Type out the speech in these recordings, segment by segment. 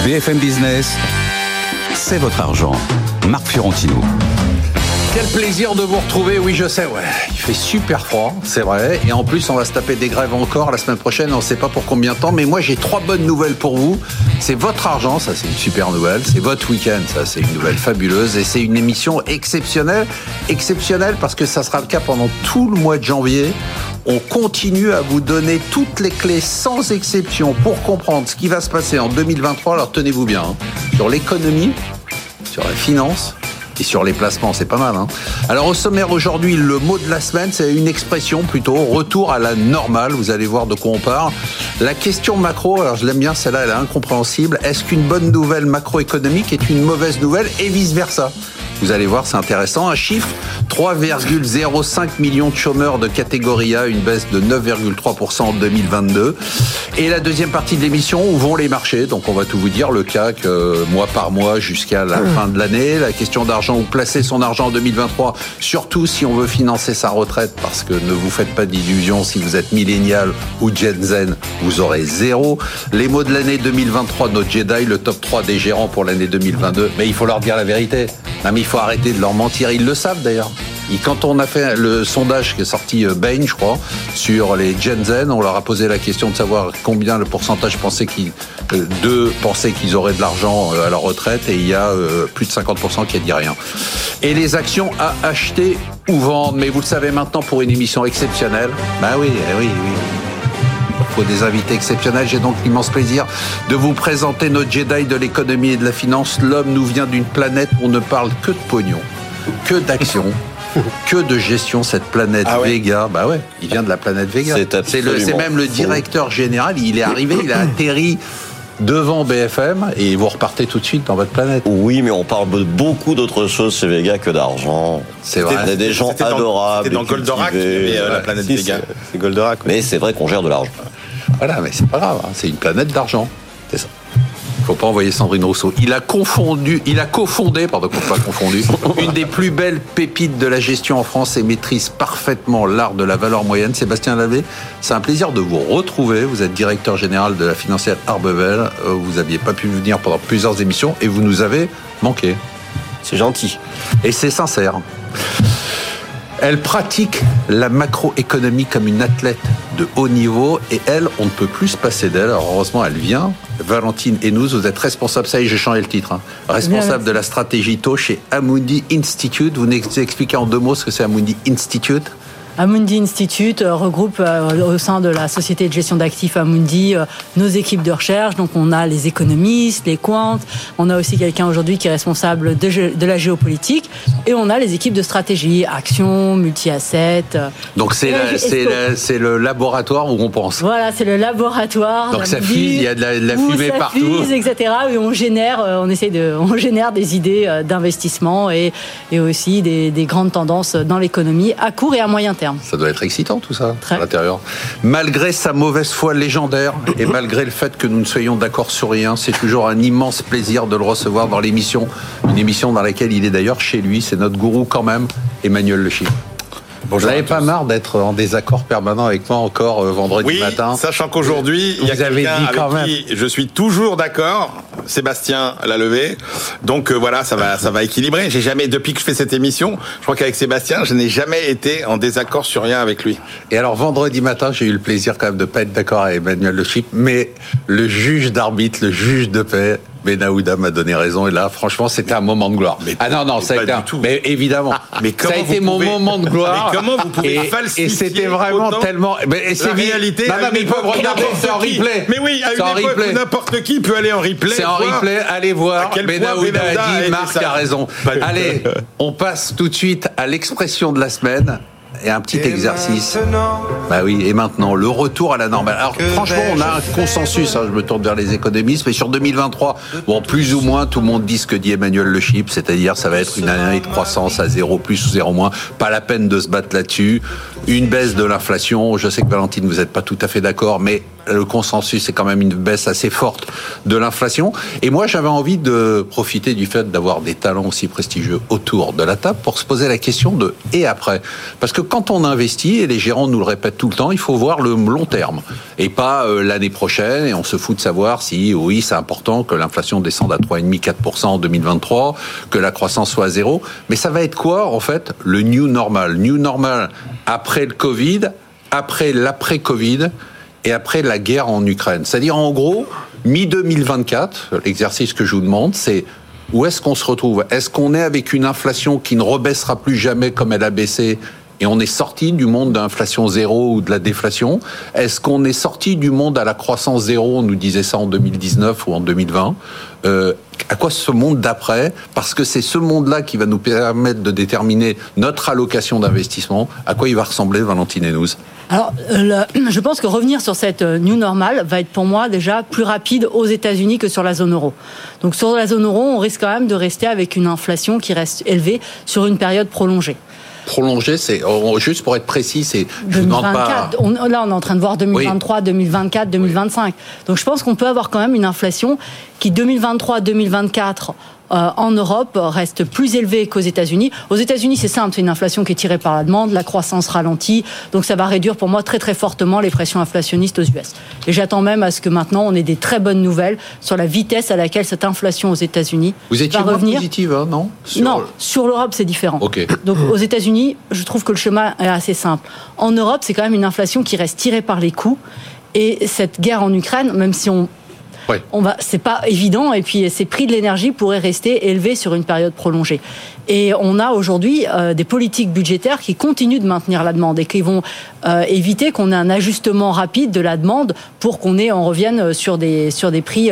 BFM Business, c'est votre argent. Marc Fiorentino. Quel plaisir de vous retrouver, oui je sais, il fait super froid, c'est vrai, et en plus on va se taper des grèves encore la semaine prochaine, on ne sait pas pour combien de temps, mais moi j'ai 3 bonnes nouvelles pour vous. C'est votre argent, ça c'est une super nouvelle, c'est votre week-end, ça c'est une nouvelle fabuleuse, et c'est une émission exceptionnelle parce que ça sera le cas pendant tout le mois de janvier. On continue à vous donner toutes les clés sans exception pour comprendre ce qui va se passer en 2023, alors tenez-vous bien, sur l'économie, sur la finance, et sur les placements, c'est pas mal. Alors au sommaire aujourd'hui, le mot de la semaine, c'est une expression plutôt, retour à la normale. Vous allez voir de quoi on parle. La question macro, alors je l'aime bien, celle-là, elle est incompréhensible. Est-ce qu'une bonne nouvelle macroéconomique est une mauvaise nouvelle et vice-versa ? Vous allez voir, c'est intéressant. Un chiffre, 3,05 millions de chômeurs de catégorie A, une baisse de 9,3% en 2022. Et la deuxième partie de l'émission, où vont les marchés ? Donc on va tout vous dire, le CAC, mois par mois jusqu'à la fin de l'année. La question d'argent, où placer son argent en 2023, surtout si on veut financer sa retraite, parce que ne vous faites pas d'illusions, si vous êtes millénial ou Gen Z, vous aurez zéro. Les mots de l'année 2023 de notre Jedi, le top 3 des gérants pour l'année 2022. Mais il faut leur dire la vérité. Non, mais il faut arrêter de leur mentir. Ils le savent d'ailleurs. Et quand on a fait le sondage qui est sorti Bain, je crois, sur les Gen Z, on leur a posé la question de savoir combien le pourcentage pensaient qu'ils auraient de l'argent à leur retraite, et il y a plus de 50% qui a dit rien. Et les actions à acheter ou vendre, mais vous le savez maintenant pour une émission exceptionnelle. Oui. Il faut des invités exceptionnels. J'ai donc l'immense plaisir de vous présenter notre Jedi de l'économie et de la finance. L'homme nous vient d'une planète où on ne parle que de pognon, que d'actions, que de gestion. Cette planète Vega, il vient de la planète Vega. C'est même le directeur général. Il est arrivé, il a atterri devant BFM et vous repartez tout de suite dans votre planète. Oui, mais on parle de beaucoup d'autres choses chez Vega que d'argent. C'est vrai. Il y a des gens adorables. C'était dans Goldorak, la planète Vega. C'est Goldorak. Mais c'est vrai qu'on gère de l'argent. Voilà, mais c'est pas grave, c'est une planète d'argent. C'est ça. Faut pas envoyer Sandrine Rousseau. Il a cofondé, une des plus belles pépites de la gestion en France et maîtrise parfaitement l'art de la valeur moyenne. Sébastien Lavé, c'est un plaisir de vous retrouver. Vous êtes directeur général de la financière Arbevel. Vous n'aviez pas pu venir pendant plusieurs émissions et vous nous avez manqué. C'est gentil. Et c'est sincère. Elle pratique la macroéconomie comme une athlète de haut niveau et elle, on ne peut plus se passer d'elle. Alors heureusement, elle vient. Valentine Hénouz, vous êtes responsable, ça y est, j'ai changé le titre, responsable de la stratégie taux chez Amundi Institute. Vous nous expliquez en 2 mots ce que c'est Amundi Institute ? Amundi Institute regroupe au sein de la société de gestion d'actifs Amundi nos équipes de recherche. Donc on a les économistes, les quants, on a aussi quelqu'un aujourd'hui qui est responsable de la géopolitique et on a les équipes de stratégie, actions, multi-assets. Donc c'est le laboratoire où on pense. Voilà, c'est le laboratoire. Donc ça fuse, il y a de la fumée ça partout. Fuse, etc. Et on génère des idées d'investissement et aussi des grandes tendances dans l'économie à court et à moyen terme. Ça doit être excitant tout ça, à l'intérieur. Malgré sa mauvaise foi légendaire et malgré le fait que nous ne soyons d'accord sur rien, c'est toujours un immense plaisir de le recevoir dans l'émission. Une émission dans laquelle il est d'ailleurs chez lui, c'est notre gourou quand même, Emmanuel Le Chypre. Vous n'avez pas marre d'être en désaccord permanent avec moi encore vendredi matin ? Oui, sachant qu'aujourd'hui, il y a quelqu'un avec qui je suis toujours d'accord, Sébastien Lavé. Donc voilà, ça va équilibrer. J'ai jamais, depuis que je fais cette émission, je crois qu'avec Sébastien, je n'ai jamais été en désaccord sur rien avec lui. Et alors vendredi matin, j'ai eu le plaisir quand même de ne pas être d'accord avec Emmanuel Le Chypre, mais le juge d'arbitre, le juge de paix, Benahouda m'a donné raison et là, franchement, c'était un moment de gloire. Ça a été mais évidemment. Mais ça a été mon moment de gloire. Mais comment vous pouvez falsifier et c'était vraiment tellement. Mais c'est réalité. Mais ils peuvent regarder, c'est en replay. Mais oui, à une époque où n'importe qui peut aller en replay. C'est en replay. Allez voir. Benahouda a dit, Marc a raison. Allez, on passe tout de suite à l'expression de la semaine. Et un petit exercice. Et maintenant, le retour à la normale. Alors, franchement, on a un consensus, je me tourne vers les économistes, mais sur 2023, plus ou moins, tout le monde dit ce que dit Emmanuel Le Chypre, c'est-à-dire, ça va être une année de croissance à 0 plus ou 0 moins. Pas la peine de se battre là-dessus. Une baisse de l'inflation. Je sais que Valentine, vous n'êtes pas tout à fait d'accord, mais le consensus, c'est quand même une baisse assez forte de l'inflation. Et moi, j'avais envie de profiter du fait d'avoir des talents aussi prestigieux autour de la table pour se poser la question de « et après ?» Parce que quand on investit, et les gérants nous le répètent tout le temps, il faut voir le long terme et pas l'année prochaine. Et on se fout de savoir si, oui, c'est important que l'inflation descende à 3,5-4% en 2023, que la croissance soit à zéro. Mais ça va être quoi, en fait, le new normal ? New normal après le Covid, après l'après-Covid et après la guerre en Ukraine. C'est-à-dire, en gros, mi-2024, l'exercice que je vous demande, c'est où est-ce qu'on se retrouve ? Est-ce qu'on est avec une inflation qui ne rebaissera plus jamais comme elle a baissé et on est sorti du monde d'inflation zéro ou de la déflation ? Est-ce qu'on est sorti du monde à la croissance zéro ? On nous disait ça en 2019 ou en 2020. À quoi ce monde d'après ? Parce que c'est ce monde-là qui va nous permettre de déterminer notre allocation d'investissement. À quoi il va ressembler, Valentine Hénouz ? Alors, je pense que revenir sur cette new normal va être pour moi déjà plus rapide aux États-Unis que sur la zone euro. Donc sur la zone euro, on risque quand même de rester avec une inflation qui reste élevée sur une période prolongée. Prolongé, c'est juste pour être précis, c'est 2024. Là, on est en train de voir 2023, oui. 2024, 2025. Oui. Donc, je pense qu'on peut avoir quand même une inflation qui 2023-2024 en Europe reste plus élevée qu'aux États-Unis. Aux États-Unis, c'est simple, c'est une inflation qui est tirée par la demande, la croissance ralentit, donc ça va réduire pour moi très très fortement les pressions inflationnistes aux US. Et j'attends même à ce que maintenant on ait des très bonnes nouvelles sur la vitesse à laquelle cette inflation aux États-Unis Vous étiez va revenir. Positive, hein, non ? Non, sur l'Europe c'est différent. Okay. Donc aux États-Unis, je trouve que le chemin est assez simple. En Europe, c'est quand même une inflation qui reste tirée par les coûts. Et cette guerre en Ukraine, même si c'est pas évident, et puis ces prix de l'énergie pourraient rester élevés sur une période prolongée. Et on a aujourd'hui des politiques budgétaires qui continuent de maintenir la demande et qui vont éviter qu'on ait un ajustement rapide de la demande pour on revienne sur des prix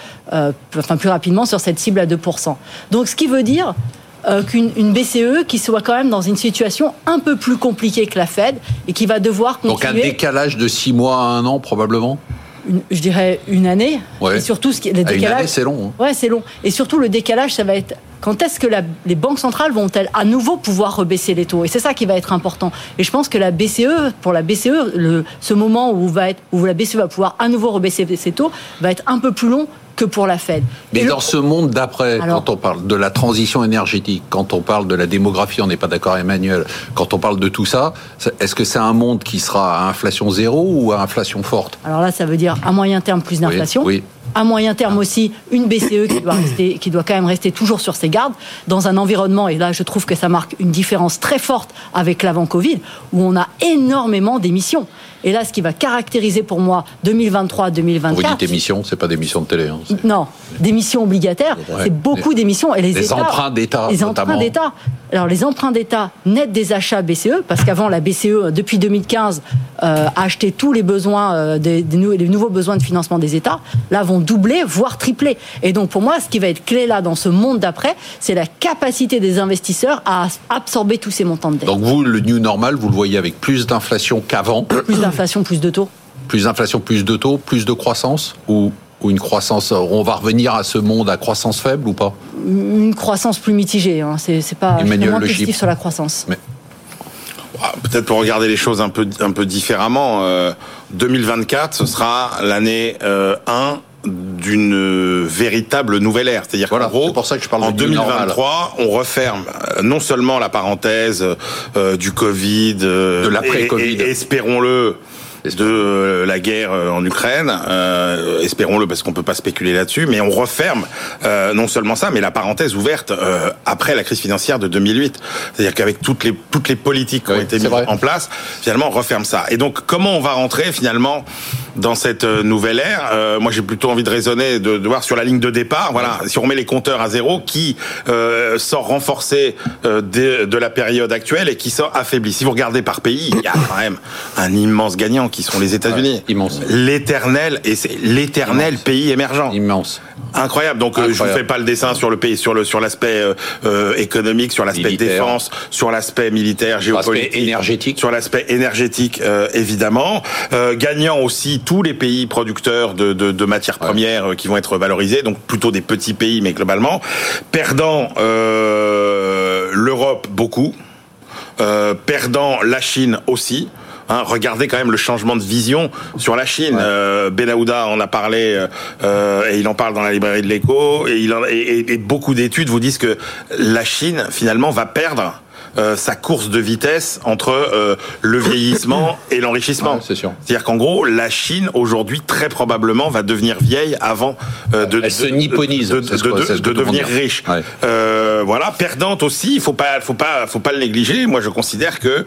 plus rapidement sur cette cible à 2%. Donc ce qui veut dire qu'une BCE qui soit quand même dans une situation un peu plus compliquée que la Fed et qui va devoir continuer. Donc un décalage de 6 mois à 1 an probablement ? Je dirais une année. Ouais. Et surtout, le décalage. Une année, c'est long. Hein. Ouais, c'est long. Et surtout, le décalage, ça va être quand est-ce que les banques centrales vont-elles à nouveau pouvoir rebaisser les taux ? Et c'est ça qui va être important. Et je pense que pour la BCE, ce moment où la BCE va pouvoir à nouveau rebaisser ses taux va être un peu plus long que pour la Fed. Mais dans ce monde d'après, quand on parle de la transition énergétique, quand on parle de la démographie, on n'est pas d'accord Emmanuel, quand on parle de tout ça, est-ce que c'est un monde qui sera à inflation zéro ou à inflation forte ? Alors là, ça veut dire à moyen terme plus d'inflation. Oui. À moyen terme aussi, une BCE qui doit quand même rester toujours sur ses gardes dans un environnement, et là je trouve que ça marque une différence très forte avec l'avant-Covid, où on a énormément d'émissions. Et là, ce qui va caractériser pour moi 2023-2024... Vous dites émissions, c'est pas des émissions de télé. Hein, non, des émissions obligataires, c'est beaucoup d'émissions. Et les États, emprunts d'État, les emprunts d'État. Alors les emprunts d'État nets des achats BCE, parce qu'avant la BCE, depuis 2015, a acheté tous les besoins, les nouveaux besoins de financement des États, là vont doubler, voire tripler. Et donc pour moi, ce qui va être clé là dans ce monde d'après, c'est la capacité des investisseurs à absorber tous ces montants de dette. Donc vous, le new normal, vous le voyez avec plus d'inflation qu'avant ? Plus d'inflation, plus de taux. Plus d'inflation, plus de taux, plus de croissance ou une croissance, on va revenir à ce monde à croissance faible ou pas ? Une croissance plus mitigée, hein. C'est pas vraiment positif sur la croissance. Mais... Peut-être pour regarder les choses un peu différemment, 2024, ce sera l'année 1 d'une véritable nouvelle ère. C'est-à-dire qu'en gros, c'est pour ça que je parle en 2023, on referme non seulement la parenthèse du Covid, de l'après-Covid, et espérons-le, de la guerre en Ukraine, espérons-le parce qu'on peut pas spéculer là-dessus, mais on referme non seulement ça, mais la parenthèse ouverte après la crise financière de 2008. C'est-à-dire qu'avec toutes les politiques qui ont été mises en place, finalement on referme ça. Et donc comment on va rentrer finalement dans cette nouvelle ère? Moi j'ai plutôt envie de raisonner, de voir sur la ligne de départ. Voilà, si on remet les compteurs à zéro, qui sort renforcé de la période actuelle et qui sort affaibli. Si vous regardez par pays, il y a quand même un immense gagnant qui sont les États-Unis. Immense. L'éternel pays émergent. Immense. Incroyable. Donc je vous fais pas le dessin sur le pays, sur l'aspect économique, sur l'aspect militaire, défense, sur l'aspect militaire, géopolitique, énergétique. sur l'aspect énergétique évidemment. Gagnant aussi tous les pays producteurs de matières premières qui vont être valorisés, donc plutôt des petits pays mais globalement. Perdant l'Europe beaucoup. Perdant la Chine aussi. Regardez quand même le changement de vision sur la Chine. Benahouda en a parlé et il en parle dans la librairie de l'Écho et beaucoup d'études vous disent que la Chine finalement va perdre sa course de vitesse entre le vieillissement et l'enrichissement. C'est sûr. C'est-à-dire qu'en gros, la Chine aujourd'hui très probablement va devenir vieille avant elle se nipponise, de devenir riche. Voilà, perdante aussi. Il faut pas le négliger. Moi, je considère que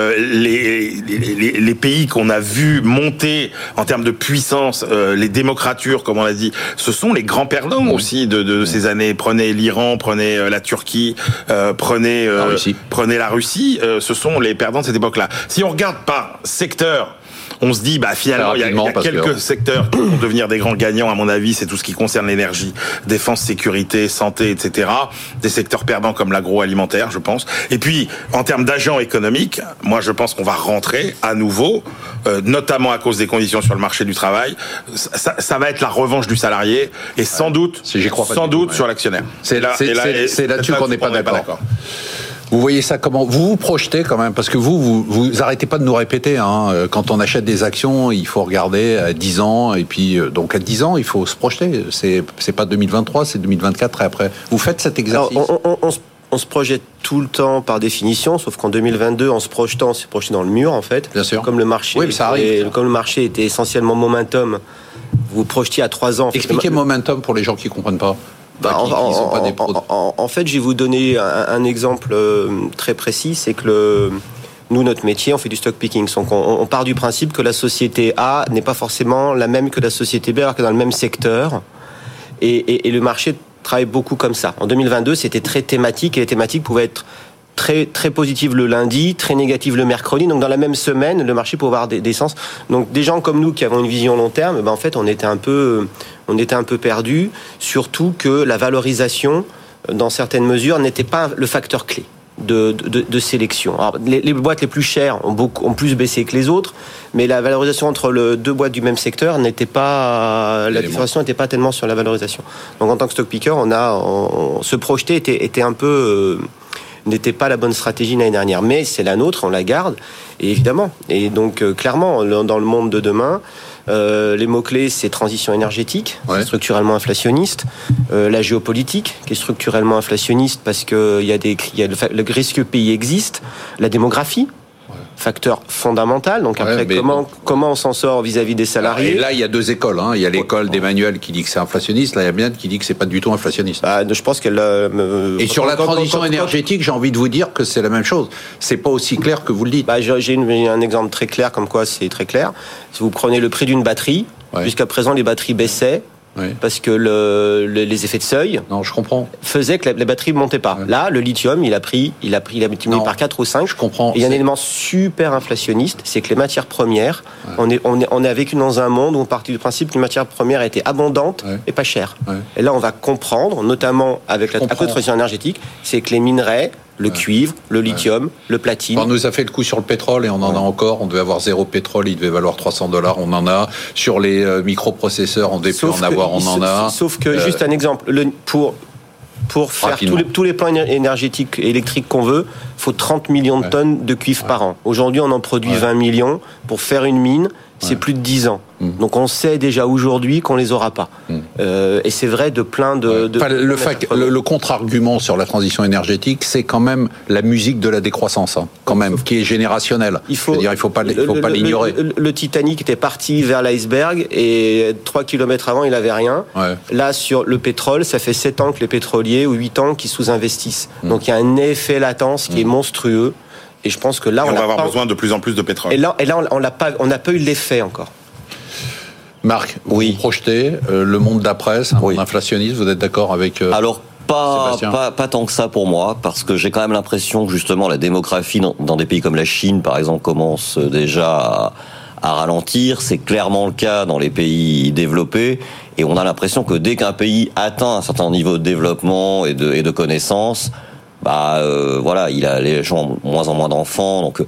les pays qu'on a vu monter en termes de puissance, les démocratures, comme on l'a dit, ce sont les grands perdants aussi de ces années. Prenez l'Iran, prenez la Turquie, prenez la Russie, ce sont les perdants de cette époque-là. Si on regarde par secteur, on se dit, finalement, il y a quelques secteurs qui vont devenir des grands gagnants, à mon avis, c'est tout ce qui concerne l'énergie, défense, sécurité, santé, etc. Des secteurs perdants comme l'agroalimentaire, je pense. Et puis, en termes d'agents économiques, moi, je pense qu'on va rentrer à nouveau, notamment à cause des conditions sur le marché du travail. Ça va être la revanche du salarié et sans doute sur l'actionnaire. C'est là-dessus qu'on n'est pas d'accord. Vous voyez ça comment? Vous vous projetez quand même, parce que vous arrêtez pas de nous répéter, quand on achète des actions, il faut regarder à 10 ans, et puis donc à 10 ans, il faut se projeter. C'est pas 2023, c'est 2024 et après. Vous faites cet exercice? Alors, on se projette tout le temps par définition, sauf qu'en 2022, en se projetant, on s'est projeté dans le mur en fait. Bien sûr. Comme le marché, comme le marché était essentiellement momentum, vous projetiez à 3 ans. Expliquez momentum pour les gens qui comprennent pas. En fait, je vais vous donner un exemple très précis, c'est que nous, notre métier, on fait du stock picking. Donc, on part du principe que la société A n'est pas forcément la même que la société B, alors que dans le même secteur. Et le marché travaille beaucoup comme ça. En 2022, c'était très thématique, et les thématiques pouvaient être très, très positives le lundi, très négatives le mercredi. Donc, dans la même sens, le marché pouvait avoir des sens. Donc, des gens comme nous qui avons une vision long terme, en fait, on était un peu perdus, surtout que la valorisation, dans certaines mesures, n'était pas le facteur clé de sélection. Alors, les boîtes les plus chères ont plus baissé que les autres, mais la valorisation entre deux boîtes du même secteur la différenciation n'était pas tellement sur la valorisation. Donc, en tant que stock picker, se projeter était un peu n'était pas la bonne stratégie l'année dernière, mais c'est la nôtre, on la garde, et évidemment. Et donc, clairement, dans le monde de demain, les mots-clés, c'est transition énergétique, c'est structurellement inflationniste, la géopolitique, qui est structurellement inflationniste parce que le risque pays existe, la démographie, facteur fondamental. Donc après, comment on s'en sort vis-à-vis des salariés? Et là, il y a deux écoles. Il y a l'école d'Emmanuel qui dit que c'est inflationniste. Là, il y a bien qui dit que c'est pas du tout inflationniste. Je pense qu'elle. Et sur la transition énergétique, j'ai envie de vous dire que c'est la même chose. C'est pas aussi clair que vous le dites. J'ai un exemple très clair, comme quoi c'est très clair. Si vous prenez le prix d'une batterie, jusqu'à présent les batteries baissaient. Parce que les effets de seuil faisaient que les batteries ne montaient pas. Là, le lithium, il a multiplié par 4 ou 5. Je comprends. Et il y a un élément super inflationniste, c'est que les matières premières, on a vécu dans un monde où on partit du principe que les matières premières étaient abondantes et pas chères. Et là, on va comprendre, notamment avec la transition énergétique, c'est que les minerais, le cuivre, le lithium, le platine. On nous a fait le coup sur le pétrole et on en a encore. On devait avoir 0 pétrole, il devait valoir $300. On en a. Sur les microprocesseurs, on devait plus en avoir, on en a. Sauf que, juste un exemple, pour faire tous les plans énergétiques électriques qu'on veut, il faut 30 millions de tonnes de cuivre par an. Aujourd'hui, on en produit 20 millions. Pour faire une mine, c'est plus de 10 ans. Donc on sait déjà aujourd'hui qu'on les aura pas. Et c'est vrai de plein de... Le contre-argument sur la transition énergétique, c'est quand même la musique de la décroissance, quand même, qui est générationnelle. Il faut pas l'ignorer. Le Titanic était parti vers l'iceberg et 3 km avant, il avait rien. Là, sur le pétrole, ça fait 7 ans que les pétroliers, ou 8 ans, qui sous-investissent. Donc il y a un effet latence qui est monstrueux. Et je pense que là, on va avoir besoin de plus en plus de pétrole. Et là, on n'a pas eu l'effet encore. Marc, vous projetez le monde d'après, c'est un monde inflationniste, vous êtes d'accord avec Alors, pas tant que ça pour moi, parce que j'ai quand même l'impression que justement la démographie dans des pays comme la Chine, par exemple, commence déjà à ralentir. C'est clairement le cas dans les pays développés. Et on a l'impression que dès qu'un pays atteint un certain niveau de développement et de connaissances, voilà, les gens ont moins en moins d'enfants, donc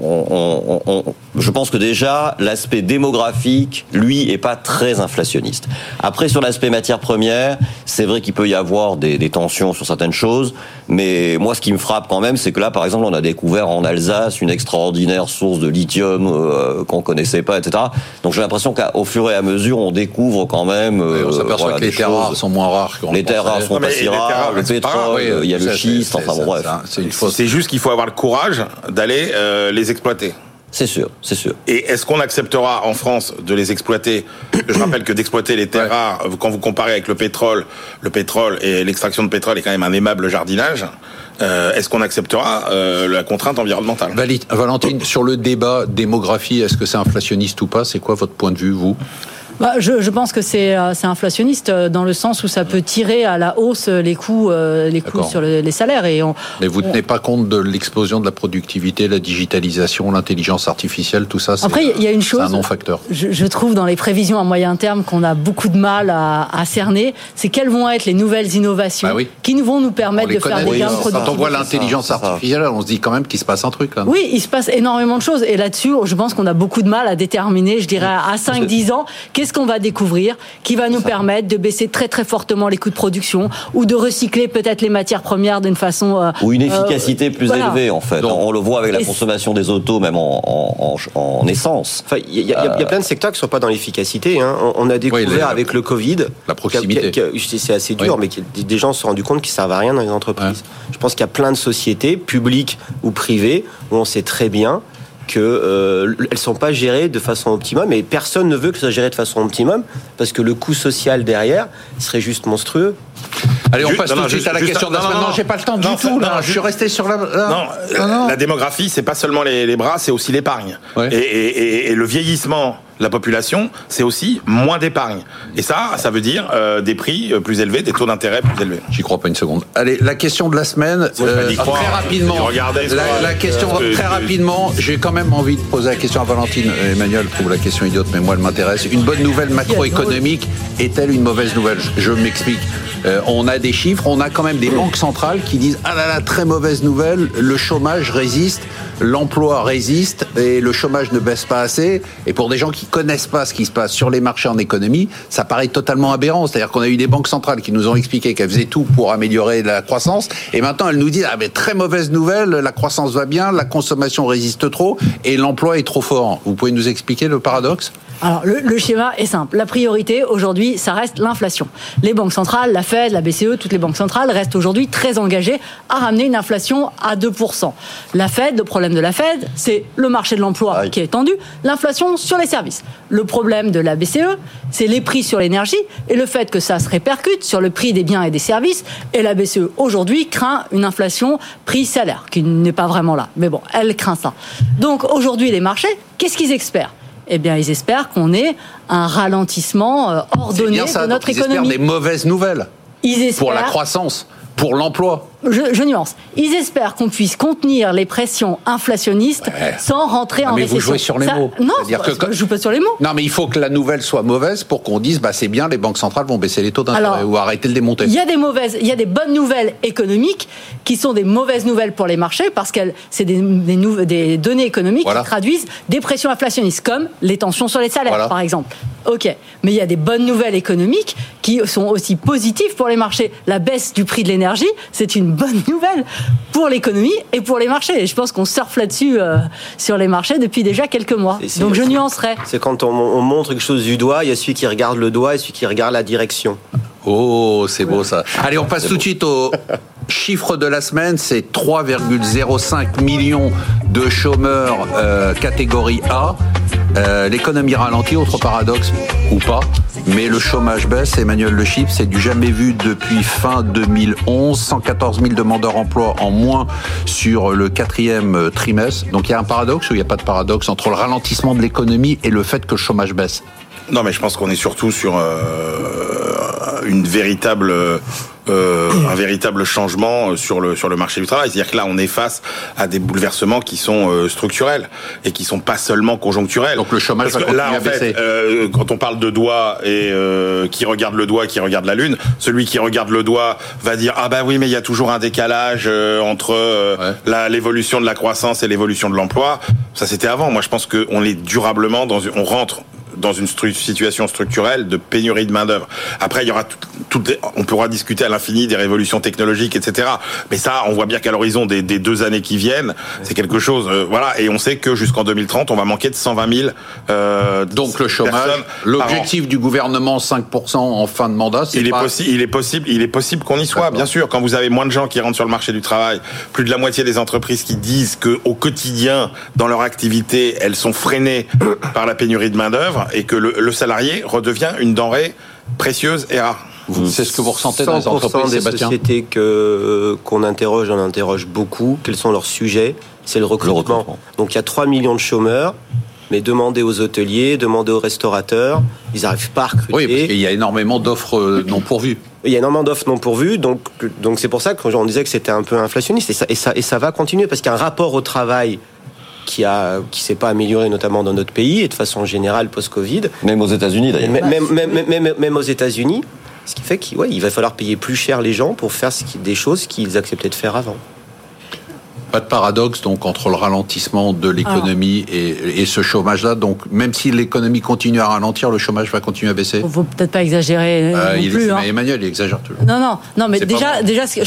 je pense que déjà l'aspect démographique, lui, est pas très inflationniste. Après, sur l'aspect matières premières, c'est vrai qu'il peut y avoir des tensions sur certaines choses, mais moi, ce qui me frappe quand même, c'est que là, par exemple, on a découvert en Alsace une extraordinaire source de lithium qu'on connaissait pas, etc. Donc j'ai l'impression qu'au fur et à mesure, on découvre quand même. On s'aperçoit que les terres rares sont moins rares. Les terres rares sont pas si rares, le pétrole, il y a le schiste, enfin bon, bref. C'est juste qu'il faut avoir le courage d'aller les exploiter. C'est sûr. Et est-ce qu'on acceptera en France de les exploiter? Je rappelle que d'exploiter les terres rares, quand vous comparez avec le pétrole et l'extraction de pétrole est quand même un aimable jardinage. Est-ce qu'on acceptera la contrainte environnementale? Valentine, sur le débat démographie, est-ce que c'est inflationniste ou pas? C'est quoi votre point de vue, vous? Je pense que c'est inflationniste dans le sens où ça peut tirer à la hausse les coûts sur les salaires. Mais vous ne tenez pas compte de l'explosion de la productivité, la digitalisation, l'intelligence artificielle, tout ça? Après, il y a une chose, c'est un non-facteur. Je trouve dans les prévisions à moyen terme qu'on a beaucoup de mal à cerner, c'est quelles vont être les nouvelles innovations qui vont nous permettre de faire des gains de productivité. Quand on voit l'intelligence artificielle, on se dit quand même qu'il se passe un truc. Là. Oui, il se passe énormément de choses. Et là-dessus, je pense qu'on a beaucoup de mal à déterminer, je dirais, à 5-10 ans, qu'est-ce qu'on va découvrir qui va nous permettre de baisser très très fortement les coûts de production ou de recycler peut-être les matières premières d'une façon... ou une efficacité plus élevée en fait. On le voit avec la consommation des autos, même en essence. Enfin, il y a plein de secteurs qui ne sont pas dans l'efficacité. Hein. On a découvert avec le Covid... La proximité. C'est assez dur, mais des gens se sont rendus compte qu'ils ne servent à rien dans les entreprises. Ouais. Je pense qu'il y a plein de sociétés, publiques ou privées, où on sait très bien qu'elles ne sont pas gérées de façon optimum, et personne ne veut que ça soit géré de façon optimum, parce que le coût social derrière serait juste monstrueux. Allez, on passe tout de suite à la question de la semaine. Non, j'ai pas le temps du tout. Je suis resté sur la... Non, la démographie, c'est pas seulement les bras, c'est aussi l'épargne. Ouais. Et le vieillissement de la population, c'est aussi moins d'épargne. Et ça veut dire des prix plus élevés, des taux d'intérêt plus élevés. J'y crois pas une seconde. Allez, la question de la semaine, très rapidement. La question très rapidement, j'ai quand même envie de poser la question à Valentine. Emmanuel trouve la question idiote, mais moi elle m'intéresse. Une bonne nouvelle macroéconomique est-elle une mauvaise nouvelle? Je m'explique. On a des chiffres, on a quand même des banques centrales qui disent ah là là, très mauvaise nouvelle, le chômage résiste, l'emploi résiste et le chômage ne baisse pas assez. Et pour des gens qui connaissent pas ce qui se passe sur les marchés en économie, ça paraît totalement aberrant. C'est-à-dire qu'on a eu des banques centrales qui nous ont expliqué qu'elles faisaient tout pour améliorer la croissance, et maintenant elles nous disent ah mais très mauvaise nouvelle, la croissance va bien, la consommation résiste trop et l'emploi est trop fort. Vous pouvez nous expliquer le paradoxe? Alors, le schéma est simple. La priorité, aujourd'hui, ça reste l'inflation. Les banques centrales, la Fed, la BCE, toutes les banques centrales restent aujourd'hui très engagées à ramener une inflation à 2%. La Fed, le problème de la Fed, c'est le marché de l'emploi qui est tendu, l'inflation sur les services. Le problème de la BCE, c'est les prix sur l'énergie et le fait que ça se répercute sur le prix des biens et des services. Et la BCE, aujourd'hui, craint une inflation prix-salaire, qui n'est pas vraiment là. Mais bon, elle craint ça. Donc, aujourd'hui, les marchés, qu'est-ce qu'ils espèrent? Eh bien, ils espèrent qu'on ait un ralentissement ordonné de notre économie. Ils espèrent des mauvaises nouvelles pour la croissance, pour l'emploi. Je nuance. Ils espèrent qu'on puisse contenir les pressions inflationnistes sans rentrer en récession. Mais vous jouez sur les mots. Non, je joue pas sur les mots. Non, mais il faut que la nouvelle soit mauvaise pour qu'on dise bah c'est bien, les banques centrales vont baisser les taux d'intérêt ou arrêter de les monter. Il y a des bonnes nouvelles économiques qui sont des mauvaises nouvelles pour les marchés parce que c'est des données économiques qui traduisent des pressions inflationnistes comme les tensions sur les salaires par exemple. Ok, mais il y a des bonnes nouvelles économiques qui sont aussi positives pour les marchés. La baisse du prix de l'énergie, c'est une bonne nouvelle pour l'économie et pour les marchés. Et je pense qu'on surfe là-dessus sur les marchés depuis déjà quelques mois. Donc je nuancerai. C'est quand on montre quelque chose du doigt, il y a celui qui regarde le doigt et celui qui regarde la direction. Oh, c'est beau ça. Allez, on passe tout de suite au chiffre de la semaine. C'est 3,05 millions de chômeurs catégorie A. L'économie ralentit, autre paradoxe ou pas, mais le chômage baisse. Emmanuel Le Chypre, c'est du jamais vu depuis fin 2011, 114 000 demandeurs d'emploi en moins sur le 4e trimestre. Donc il y a un paradoxe ou il n'y a pas de paradoxe entre le ralentissement de l'économie et le fait que le chômage baisse? Non, mais je pense qu'on est surtout sur un véritable changement sur le marché du travail. C'est-à-dire que là, on est face à des bouleversements qui sont structurels et qui sont pas seulement conjoncturels. Donc le chômage va continuer à baisser. Quand on parle de doigt et qui regarde le doigt, qui regarde la lune, celui qui regarde le doigt va dire ah bah oui mais il y a toujours un décalage entre l'évolution de la croissance et l'évolution de l'emploi. Ça c'était avant. Moi je pense qu'on est durablement on rentre dans une situation structurelle de pénurie de main-d'œuvre. Après, il y aura on pourra discuter à l'infini des révolutions technologiques, etc. Mais ça, on voit bien qu'à l'horizon des 2 années qui viennent, c'est quelque chose, voilà. Et on sait que jusqu'en 2030, on va manquer de 120 000 donc le chômage, l'objectif du gouvernement, 5% en fin de mandat, il est possible qu'on y soit, bien sûr. Quand vous avez moins de gens qui rentrent sur le marché du travail, plus de la moitié des entreprises qui disent que au quotidien, dans leur activité, elles sont freinées par la pénurie de main-d'œuvre, et que le salarié redevient une denrée précieuse et rare. C'est ce que vous ressentez dans les entreprises, des Sébastien ? Sociétés qu'on interroge, on interroge beaucoup. Quels sont leurs sujets ? C'est le recrutement. Donc il y a 3 millions de chômeurs, mais demandez aux hôteliers, demandez aux restaurateurs, ils n'arrivent pas à recruter. Oui, parce qu'il y a énormément d'offres non pourvues. Il y a énormément d'offres non pourvues, donc c'est pour ça qu'on disait que c'était un peu inflationniste, et ça va continuer, parce qu'il y a un rapport au travail qui s'est pas amélioré, notamment dans notre pays et de façon générale post-Covid. Même aux États-Unis d'ailleurs. Même aux États-Unis, ce qui fait qu'il va falloir payer plus cher les gens pour faire des choses qu'ils acceptaient de faire avant. Pas de paradoxe donc entre le ralentissement de l'économie et ce chômage-là. Donc même si l'économie continue à ralentir, le chômage va continuer à baisser. Faut peut-être pas exagérer non plus. Emmanuel, il exagère toujours. Non, mais déjà,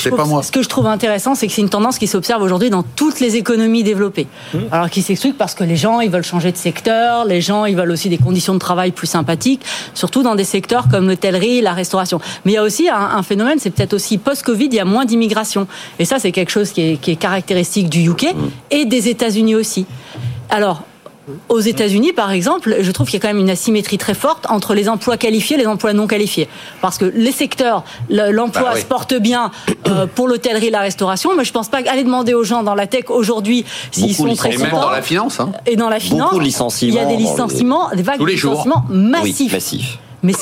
ce que je trouve intéressant, c'est que c'est une tendance qui s'observe aujourd'hui dans toutes les économies développées. Alors qui s'explique parce que les gens, ils veulent changer de secteur, les gens, ils veulent aussi des conditions de travail plus sympathiques, surtout dans des secteurs comme l'hôtellerie, la restauration. Mais il y a aussi un phénomène, c'est peut-être aussi post-Covid, il y a moins d'immigration. Et ça, c'est quelque chose qui est caractéristique du UK et des États-Unis aussi. Alors, aux États-Unis, par exemple, je trouve qu'il y a quand même une asymétrie très forte entre les emplois qualifiés et les emplois non qualifiés. Parce que les secteurs, l'emploi se porte bien pour l'hôtellerie et la restauration, mais je ne pense pas qu'aller demander aux gens dans la tech aujourd'hui s'ils sont très contents. Et même dans la finance. Et dans la finance, beaucoup de licenciements. Il y a des licenciements, des vagues de licenciements massifs. Oui, massifs. Mais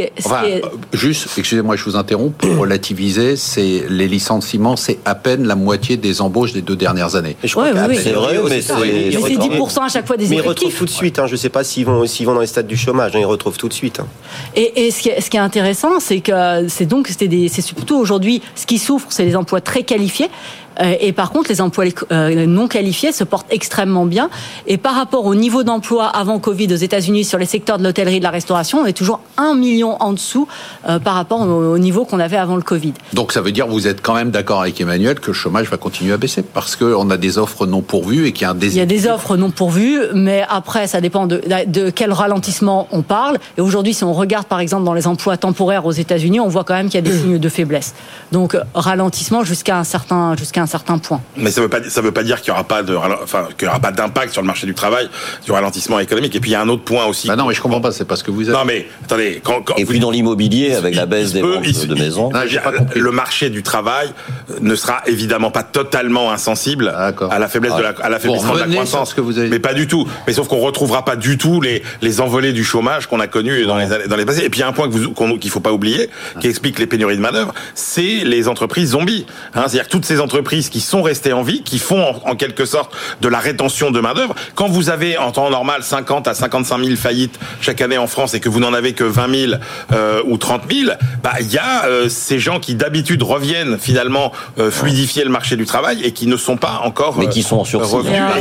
juste, excusez-moi, je vous interromps, pour relativiser, les licenciements, c'est à peine la moitié des embauches des 2 dernières années. Oui. C'est vrai, mais c'est 10% à chaque fois des effectifs. Mais ils retrouvent tout de suite, je ne sais pas s'ils vont dans les stades du chômage, ils retrouvent tout de suite. Et ce qui est intéressant, c'est que c'est plutôt aujourd'hui, ce qui souffre, c'est les emplois très qualifiés. Et par contre, les emplois non qualifiés se portent extrêmement bien. Et par rapport au niveau d'emploi avant Covid aux États-Unis sur les secteurs de l'hôtellerie et de la restauration, on est toujours 1 million en dessous par rapport au niveau qu'on avait avant le Covid. Donc ça veut dire que vous êtes quand même d'accord avec Emmanuel que le chômage va continuer à baisser parce qu'on a des offres non pourvues et qu'il y a un déséquilibre. Il y a des offres non pourvues, mais après, ça dépend de quel ralentissement on parle. Et aujourd'hui, si on regarde par exemple dans les emplois temporaires aux États-Unis, on voit quand même qu'il y a des signes de faiblesse. Donc ralentissement jusqu'à un certain point. Mais ça veut pas dire qu'il y aura pas d'impact sur le marché du travail, du ralentissement économique. Et puis il y a un autre point aussi. Non, mais je comprends pas, c'est pas ce que vous avez. Non, mais attendez, et puis dans l'immobilier avec la baisse des ventes de maisons. Le marché du travail ne sera évidemment pas totalement insensible à la faiblesse de l'affaiblissement de la croissance. Mais pas du tout. Mais sauf qu'on retrouvera pas du tout les envolées du chômage qu'on a connues dans les passés. Et puis il y a un point qu'il faut pas oublier, qui explique les pénuries de main-d'œuvre, c'est les entreprises zombies. C'est-à-dire que toutes ces entreprises qui sont restées en vie, qui font en quelque sorte de la rétention de main-d'œuvre. Quand vous avez en temps normal 50 à 55 000 faillites chaque année en France et que vous n'en avez que 20 000 ou 30 000, il y a ces gens qui d'habitude reviennent finalement fluidifier le marché du travail et qui ne sont pas encore mais qui sont en sursis.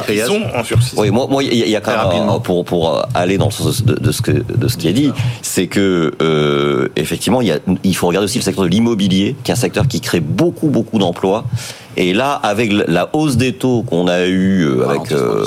Oui, moi il y a quand même pour aller dans le sens de ce qui est dit, c'est que effectivement il faut regarder aussi le secteur de l'immobilier, qui est un secteur qui crée beaucoup d'emplois. Et là, avec la hausse des taux qu'on a eu avec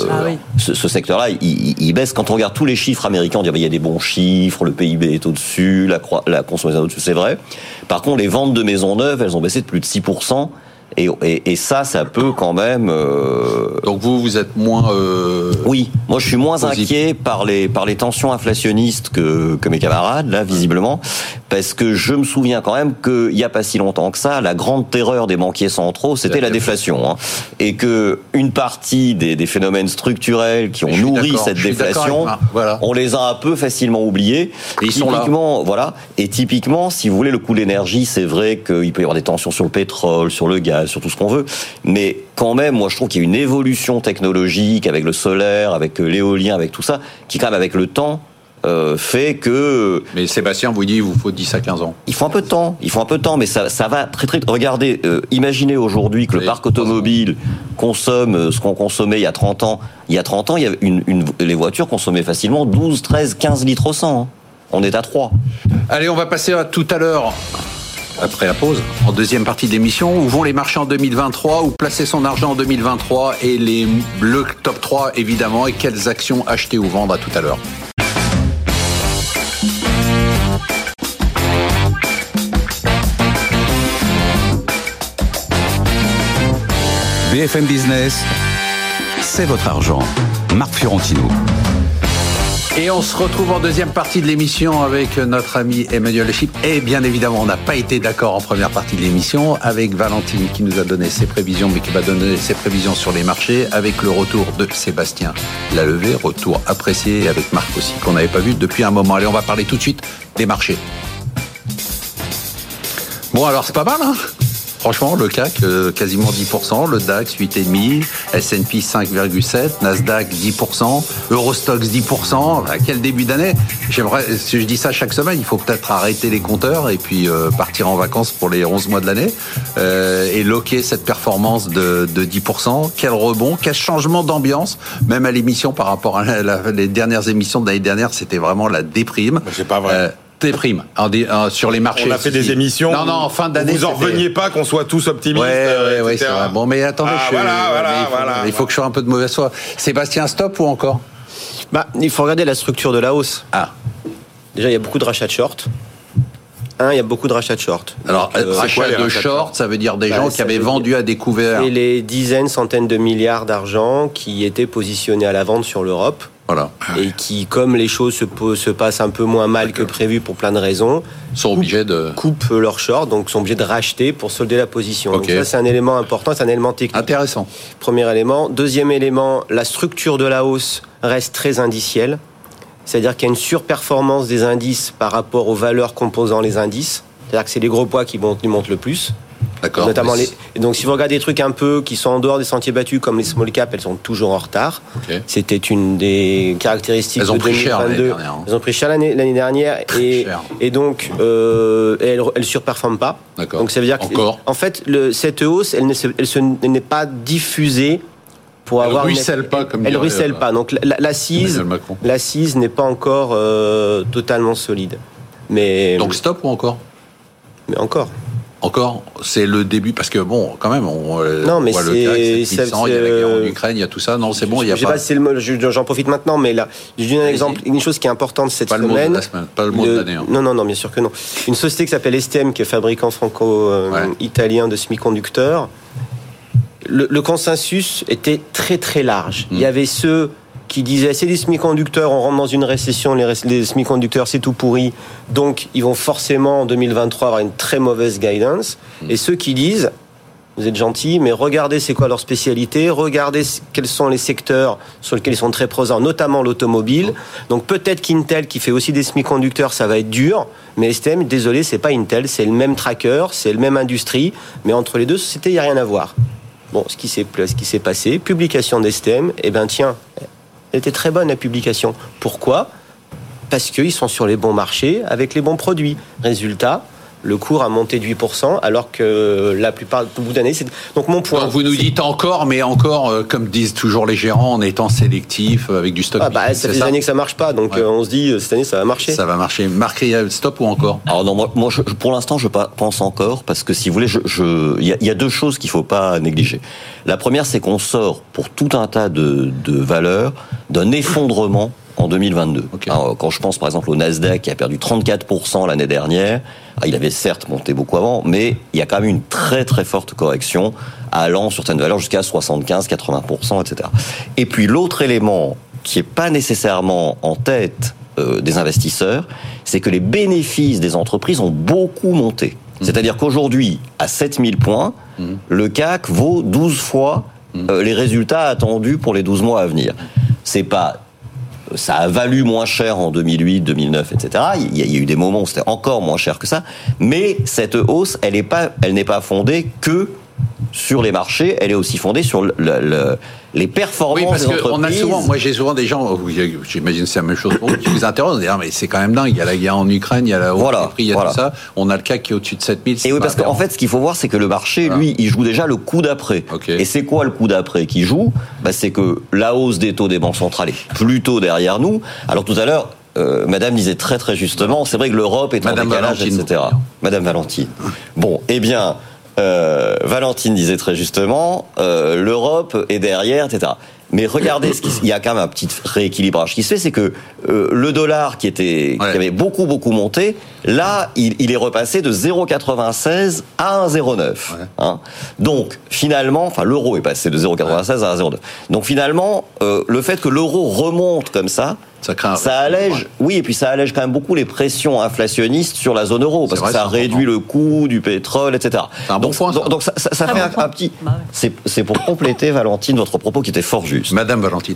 ce secteur-là, il baisse. Quand on regarde tous les chiffres américains, on dit il y a des bons chiffres, le PIB est au-dessus, la consommation est au-dessus, c'est vrai. Par contre, les ventes de maisons neuves, elles ont baissé de plus de 6%. Et ça peut quand même. Donc vous êtes moins. Oui, moi je suis moins inquiet par les tensions inflationnistes que mes camarades là, visiblement. Parce que je me souviens quand même qu'il n'y a pas si longtemps que ça, la grande terreur des banquiers centraux, c'était la déflation. Et que une partie des phénomènes structurels qui ont nourri cette déflation, on les a un peu facilement oubliés. Et ils sont là. Voilà. Et typiquement, si vous voulez, le coût de l'énergie, c'est vrai qu'il peut y avoir des tensions sur le pétrole, sur le gaz, sur tout ce qu'on veut. Mais quand même, moi, je trouve qu'il y a une évolution technologique avec le solaire, avec l'éolien, avec tout ça, qui quand même, avec le temps, fait que... Mais Sébastien vous dit il vous faut 10 à 15 ans. Il faut un peu de temps, mais ça va très très... Regardez, imaginez aujourd'hui que le parc automobile consomme ce qu'on consommait il y a 30 ans. Il y a 30 ans, les voitures consommaient facilement 12, 13, 15 litres au 100. On est à 3. Allez, on va passer à tout à l'heure, après la pause, en deuxième partie de l'émission. Où vont les marchés en 2023 ? Où placer son argent en 2023 ? Et le top 3, évidemment. Et quelles actions acheter ou vendre ? À tout à l'heure. BFM Business, c'est votre argent. Marc Fiorentino. Et on se retrouve en deuxième partie de l'émission avec notre ami Emmanuel Le Chypre. Et bien évidemment, on n'a pas été d'accord en première partie de l'émission avec Valentine qui nous a donné ses prévisions, mais qui va donner ses prévisions sur les marchés, avec le retour de Sébastien Lalevé, retour apprécié, avec Marc aussi, qu'on n'avait pas vu depuis un moment. Allez, on va parler tout de suite des marchés. Bon, alors c'est pas mal, hein ? Franchement, le CAC, quasiment 10%, le DAX, 8,5%, S&P 5,7%, Nasdaq, 10%, Eurostoxx, 10%. Quel début d'année. Si je dis ça chaque semaine, il faut peut-être arrêter les compteurs et puis partir en vacances pour les 11 mois de l'année et loquer cette performance de 10%. Quel rebond, quel changement d'ambiance, même à l'émission par rapport à les dernières émissions de l'année dernière, c'était vraiment la déprime. C'est pas vrai. Déprime sur les marchés. On a fait des émissions. Non, en fin d'année. Vous en reveniez pas qu'on soit tous optimistes. Ouais, c'est vrai. Bon, mais attendez, il faut que je sois un peu de mauvaise foi. Sébastien, stop ou encore ? Il faut regarder la structure de la hausse. Déjà, il y a beaucoup de rachats de short. Il y a beaucoup de rachats de short. Alors, rachat de short, ça veut dire des gens qui avaient vendu à découvert. Et les dizaines, centaines de milliards d'argent qui étaient positionnés à la vente sur l'Europe. Voilà. Et qui, comme les choses se passent un peu moins mal que prévu pour plein de raisons, sont obligés de coupent leur short, donc sont obligés de racheter pour solder la position. Okay. Donc ça, c'est un élément important, c'est un élément technique. Intéressant. Premier élément. Deuxième élément, la structure de la hausse reste très indicielle. C'est-à-dire qu'il y a une surperformance des indices par rapport aux valeurs composant les indices. C'est-à-dire que c'est les gros poids qui montent le plus. D'accord. Notamment donc si vous regardez des trucs un peu qui sont en dehors des sentiers battus comme les small caps, elles sont toujours en retard. Okay. C'était une des caractéristiques de 2022. Elles ont pris cher l'année dernière et donc elles surperforment pas. D'accord. Donc ça veut dire que en fait cette hausse elle n'est pas diffusée pour avoir ruisselle pas comme elle ruisselle pas. Donc l'assise n'est pas encore totalement solide. Mais donc stop ou encore ? Mais encore, c'est le début parce que bon, quand même, non, mais voit le CAC, c'est 1100, il y a la guerre en Ukraine, il y a tout ça. Non, c'est bon, il y a pas. Je sais pas si j'en profite maintenant, mais là, je donne un exemple, une chose qui est importante cette semaine. Pas le mot de l'année. Hein. Non, bien sûr que non. Une société qui s'appelle STM, qui est fabricant franco-italien de semi-conducteurs. Le consensus était très très large. Il y avait ceux qui disaient c'est des semi-conducteurs, on rentre dans une récession, les semi-conducteurs c'est tout pourri, donc ils vont forcément en 2023 avoir une très mauvaise guidance. Et ceux qui disent vous êtes gentils, mais regardez c'est quoi leur spécialité, regardez quels sont les secteurs sur lesquels ils sont très présents, notamment l'automobile. Donc peut-être qu'Intel qui fait aussi des semi-conducteurs, ça va être dur, mais STM, désolé, c'est pas Intel, c'est le même tracker, c'est le même industrie, mais entre les deux sociétés, il n'y a rien à voir. Bon, ce qui s'est passé, publication d'STM, elle était très bonne la publication. Pourquoi ? Parce qu'ils sont sur les bons marchés avec les bons produits. Résultat, le cours a monté de 8%, alors que la plupart du bout d'année, c'est... Donc mon point... Donc vous nous dites encore, mais encore, comme disent toujours les gérants, en étant sélectif, avec du stock. Ça fait des années que ça marche pas, donc on se dit, cette année, ça va marcher. Ça va marcher. Marc, stop ou encore ? Alors non, moi pour l'instant, je pense encore, parce que si vous voulez, il y a deux choses qu'il faut pas négliger. La première, c'est qu'on sort, pour tout un tas de valeurs, d'un effondrement en 2022. Okay. Alors, quand je pense par exemple au Nasdaq qui a perdu 34% l'année dernière, il avait certes monté beaucoup avant, mais il y a quand même une très très forte correction allant sur certaines valeurs jusqu'à 75-80%, etc. Et puis l'autre élément qui est pas nécessairement en tête des investisseurs, c'est que les bénéfices des entreprises ont beaucoup monté. C'est-à-dire qu'aujourd'hui, à 7000 points, le CAC vaut 12 fois les résultats attendus pour les 12 mois à venir. C'est pas... Ça a valu moins cher en 2008, 2009, etc. Il y a eu des moments où c'était encore moins cher que ça. Mais cette hausse, elle n'est pas fondée que sur les marchés, elle est aussi fondée sur les performances des entreprises. On a souvent, moi j'ai souvent des gens, j'imagine que c'est la même chose pour vous, qui vous interrogent, dire mais c'est quand même dingue, il y a la guerre en Ukraine, il y a la hausse des prix, il y a tout ça, on a le CAC qui est au-dessus de 7000. Et oui, parce qu'en fait, ce qu'il faut voir, c'est que le marché, lui, il joue déjà le coup d'après. Okay. Et c'est quoi le coup d'après qui joue ? C'est que la hausse des taux des banques centrales est plutôt derrière nous. Alors tout à l'heure, Madame disait très très justement, c'est vrai que l'Europe est en décalage, Valentine, etc. Madame Valentine. Bon, eh bien... Valentine disait très justement, l'Europe est derrière, etc. Mais regardez, il y a quand même un petit rééquilibrage qui se fait, c'est que le dollar qui avait beaucoup monté, là, il est repassé de 0,96 à 1,09. Ouais. Hein. Donc finalement, l'euro est passé de 0,96 à 1,09. Donc finalement, le fait que l'euro remonte comme ça allège, oui, et puis ça allège quand même beaucoup les pressions inflationnistes sur la zone euro, parce que ça réduit le coût du pétrole, etc. C'est un bon point. Donc ça fait un petit. C'est pour compléter, Valentine, votre propos qui était fort juste. Madame Valentine.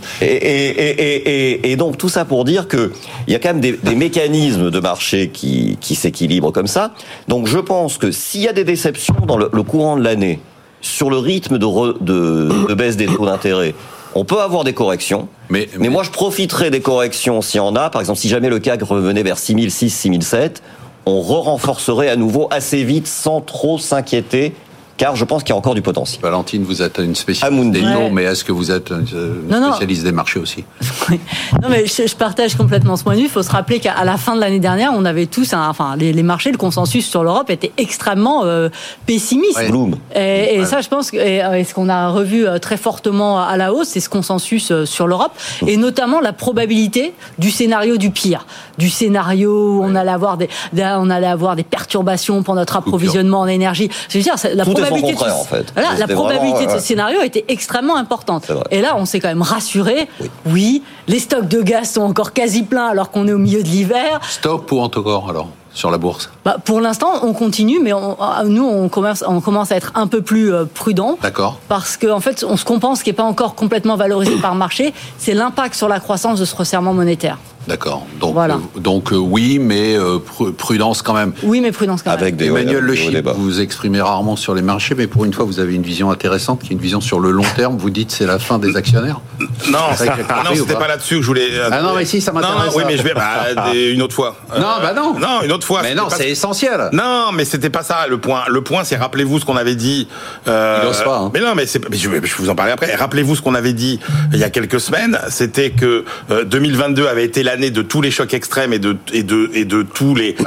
Et donc tout ça pour dire que il y a quand même des mécanismes de marché qui s'équilibrent comme ça. Donc je pense que s'il y a des déceptions dans le courant de l'année sur le rythme de baisse des taux d'intérêt, on peut avoir des corrections, mais moi je profiterai des corrections s'il y en a. Par exemple, si jamais le CAC revenait vers 6006, 6007, on renforcerait à nouveau assez vite sans trop s'inquiéter, car je pense qu'il y a encore du potentiel. Valentine, vous êtes une spécialiste des taux, mais est-ce que vous êtes une spécialiste des marchés aussi ? Non, mais je partage complètement ce point de vue. Il faut se rappeler qu'à la fin de l'année dernière, on avait tous, les marchés, le consensus sur l'Europe était extrêmement pessimiste. Ouais. Et ça, je pense que ce qu'on a revu très fortement à la hausse, c'est ce consensus sur l'Europe, et notamment la probabilité du scénario du pire, du scénario où on allait avoir des perturbations pour notre approvisionnement en énergie. Je veux dire, la probabilité de ce scénario était extrêmement importante. Et là, on s'est quand même rassuré. Oui, les stocks de gaz sont encore quasi pleins alors qu'on est au milieu de l'hiver. Stock ou encore alors sur la bourse ? Pour l'instant, on continue, mais nous, on commence à être un peu plus prudent. D'accord. Parce qu'en fait, ce qu'on pense qui n'est pas encore complètement valorisé par le marché, c'est l'impact sur la croissance de ce resserrement monétaire. D'accord. Donc oui, mais prudence quand même. Oui, mais prudence quand même. Avec Emmanuel Le Chypre, vous vous exprimez rarement sur les marchés, mais pour une fois, vous avez une vision intéressante, qui est une vision sur le long terme. Vous dites c'est la fin des actionnaires. Non, c'était pas là-dessus que je voulais. Ah non, mais si, ça m'intéresse. Oui, mais je vais une autre fois. Non, une autre fois. Mais non, c'est essentiel. Non, mais c'était pas ça le point. Le point, c'est rappelez-vous ce qu'on avait dit. Il n'ose pas. Hein. Mais non, mais je vais vous en parler après. Rappelez-vous ce qu'on avait dit il y a quelques semaines. C'était que 2022 avait été l'année de tous les chocs extrêmes et de tous les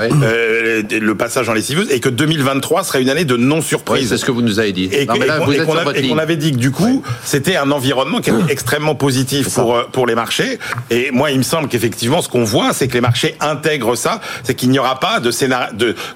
le passage dans les lessiveuses, et que 2023 serait une année de non-surprise. Oui, c'est ce que vous nous avez dit. Et qu'on avait dit que du coup, c'était un environnement qui était extrêmement positif pour les marchés. Et moi, il me semble qu'effectivement, ce qu'on voit, c'est que les marchés intègrent ça, c'est qu'il n'y aura pas de scénario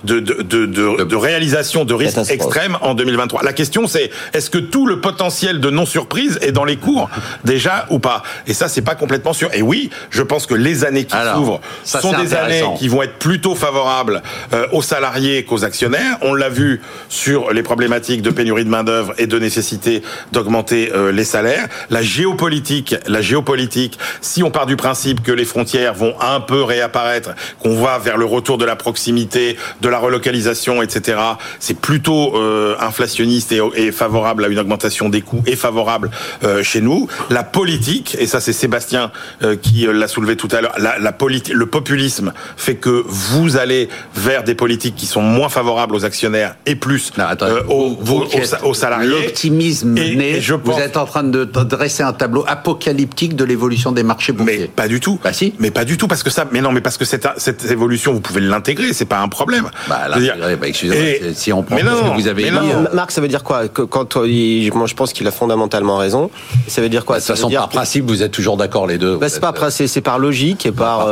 de réalisation de risques extrêmes en 2023. La question, c'est est-ce que tout le potentiel de non-surprise est dans les cours déjà ou pas ? Et ça, c'est pas complètement sûr. Et oui, je pense que les années qui s'ouvrent sont des années qui vont être plutôt favorables aux salariés qu'aux actionnaires. On l'a vu sur les problématiques de pénurie de main-d'œuvre et de nécessité d'augmenter les salaires. La géopolitique, si on part du principe que les frontières vont un peu réapparaître, qu'on va vers le retour de la proximité, de la relocalisation, etc., c'est plutôt inflationniste et favorable à une augmentation des coûts et favorable chez nous. La politique, et ça c'est Sébastien qui l'a soulevé tout à l'heure, le populisme fait que vous allez vers des politiques qui sont moins favorables aux actionnaires et plus aux salariés. L'optimisme naît. Vous êtes en train de dresser un tableau apocalyptique de l'évolution des marchés boursiers. Mais pas du tout. Bah si. Mais pas du tout, parce que ça. Mais non, mais parce que cette évolution, vous pouvez l'intégrer, c'est pas un problème. Excusez-moi, si on prend ce que vous avez dit. Marc, ça veut dire quoi ? Moi, je pense qu'il a fondamentalement raison. Ça veut dire quoi ? De toute façon, par principe, vous êtes toujours d'accord les deux. C'est par logique et par.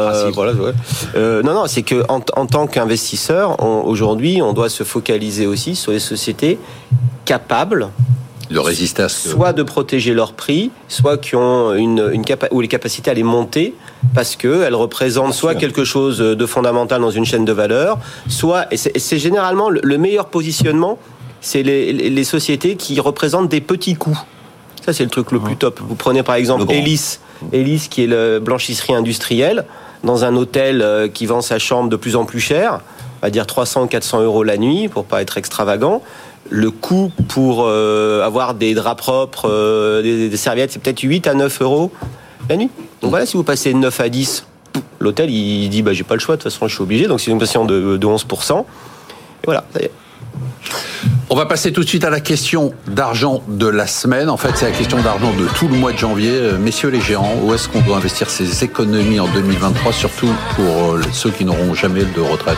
Non, c'est que en tant qu'investisseur, aujourd'hui, on doit se focaliser aussi sur les sociétés capables de résister à ce que... Soit de protéger leur prix, soit qui ont ou les capacités à les monter, parce qu'elles représentent soit quelque chose de fondamental dans une chaîne de valeur, soit, et c'est généralement le meilleur positionnement, c'est les sociétés qui représentent des petits coûts. Ça, c'est le truc le plus top. Vous prenez par exemple Elis, qui est la blanchisserie industrielle, dans un hôtel qui vend sa chambre de plus en plus cher, on va dire 300 ou 400 euros la nuit, pour pas être extravagant. Le coût pour avoir des draps propres, des serviettes, c'est peut-être 8 à 9 euros la nuit. Donc voilà, si vous passez de 9 à 10, l'hôtel, il dit j'ai pas le choix, de toute façon, je suis obligé. Donc c'est une pression de 11%. Et voilà, ça y est. On va passer tout de suite à la question d'argent de la semaine. En fait, c'est la question d'argent de tout le mois de janvier. Messieurs les géants, où est-ce qu'on doit investir ses économies en 2023, surtout pour ceux qui n'auront jamais de retraite?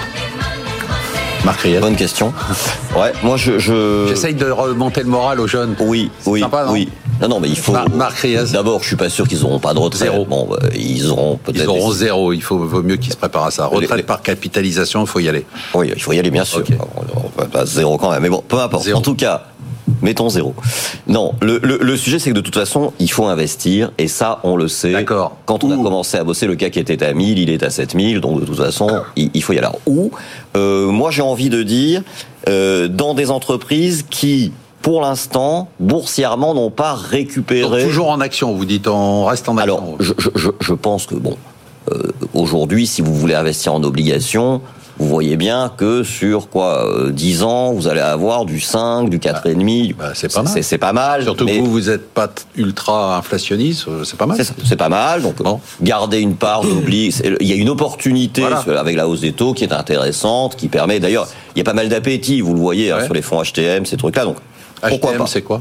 Marc Riel. Bonne question. Ouais, moi j'essaye de remonter le moral aux jeunes. Oui, sympa, non? oui. Non, mais il faut. Marc Riel. D'abord, je suis pas sûr qu'ils n'auront pas de retraite. Zéro. Bon, ils auront peut-être. Ils auront zéro. Vaut mieux qu'ils se préparent à ça. Retraite par capitalisation, il faut y aller. Oui, il faut y aller, bien sûr. Okay. Pas zéro quand même. Mais bon, peu importe. Zéro. En tout cas, mettons zéro. Non, le sujet, c'est que de toute façon, il faut investir, et ça, on le sait. D'accord. Quand on a commencé à bosser, le CAC était à 1000, il est à 7000, donc de toute façon, il faut y aller. Alors, moi, j'ai envie de dire, dans des entreprises qui, pour l'instant, boursièrement, n'ont pas récupéré... Donc, toujours en action, vous dites, on reste en action. Alors, je pense que, aujourd'hui, si vous voulez investir en obligations, vous voyez bien que sur 10 ans, vous allez avoir du 5, du 4,5. C'est pas mal. C'est pas mal. Surtout que vous n'êtes pas ultra inflationniste, c'est pas mal. C'est pas mal. Donc, garder une part d'oubli. Il y a une opportunité avec la hausse des taux qui est intéressante, qui permet. D'ailleurs, il y a pas mal d'appétit. Vous le voyez sur les fonds HTM, ces trucs-là. Donc, pourquoi pas? C'est quoi?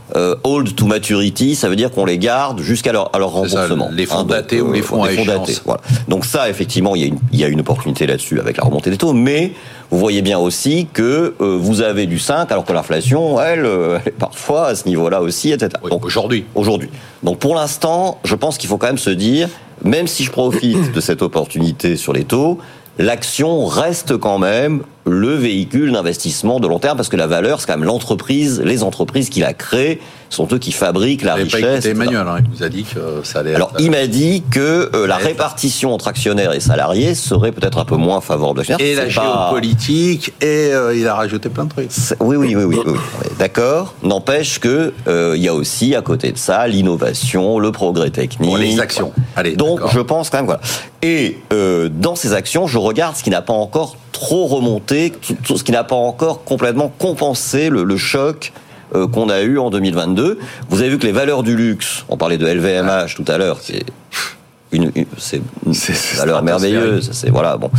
Hold to maturity, ça veut dire qu'on les garde jusqu'à leur remboursement. Ça, les fonds datés ou les fonds à échéance. Voilà. Donc ça, effectivement, il y a une opportunité là-dessus avec la remontée des taux, mais vous voyez bien aussi que vous avez du 5, alors que l'inflation, elle est parfois à ce niveau-là aussi, etc. Oui, donc, aujourd'hui. Donc pour l'instant, je pense qu'il faut quand même se dire, même si je profite de cette opportunité sur les taux, l'action reste quand même le véhicule d'investissement de long terme, parce que la valeur, c'est quand même l'entreprise, les entreprises qui la créent, sont eux qui fabriquent la richesse. Pas écouté Emmanuel, il vous a dit que ça allait... Alors, il m'a dit que la répartition entre actionnaires et salariés serait peut-être un peu moins favorable. Et la géopolitique, et il a rajouté plein de trucs. Oui. D'accord. N'empêche que il y a aussi, à côté de ça, l'innovation, le progrès technique. Bon, les actions. Allez, donc, je pense quand même, voilà. Et dans ces actions, je regarde ce qui n'a pas encore trop remonté, tout ce qui n'a pas encore complètement compensé le choc qu'on a eu en 2022. Vous avez vu que les valeurs du luxe, on parlait de LVMH tout à l'heure, c'est une valeur merveilleuse. C'est voilà, bon.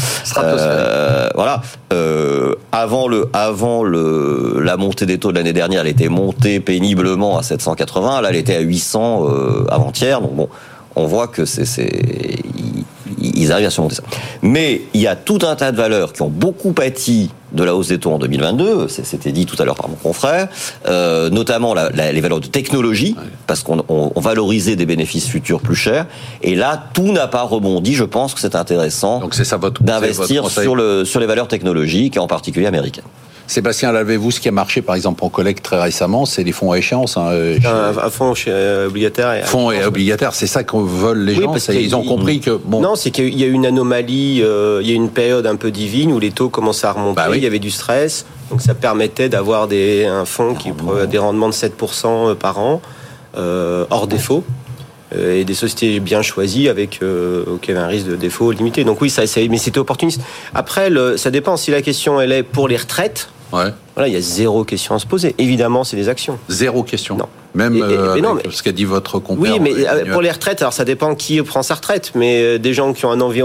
Avant la montée des taux de l'année dernière, elle était montée péniblement à 780. Là, elle était à 800 avant-hier. Donc bon, on voit que ils arrivent à surmonter ça. Mais il y a tout un tas de valeurs qui ont beaucoup pâti de la hausse des taux en 2022, c'était dit tout à l'heure par mon confrère, notamment les valeurs de technologie, parce qu'on valorisait des bénéfices futurs plus chers, et là, tout n'a pas rebondi. Je pense que c'est intéressant d'investir sur les valeurs technologiques, et en particulier américaines. Sébastien, l'avez-vous, ce qui a marché par exemple en collecte très récemment, c'est les fonds à échéance. Un fonds obligataire. Fonds et obligataire, c'est ça qu'on veulent les gens. Parce qu'ils ont compris que non, c'est qu'il y a eu une anomalie. Il y a une période un peu divine où les taux commençaient à remonter. Il y avait du stress, donc ça permettait d'avoir un fonds qui a des rendements de 7% par an hors défaut. Et des sociétés bien choisies avec qui avaient un risque de défaut limité. Donc oui, mais c'était opportuniste. Après, ça dépend si la question elle est pour les retraites. Voilà, il y a zéro question à se poser. Évidemment, c'est des actions. Zéro question. Non. Même ce qu'a dit votre compère. Oui, mais pour les retraites, alors ça dépend qui prend sa retraite. Mais des gens qui ont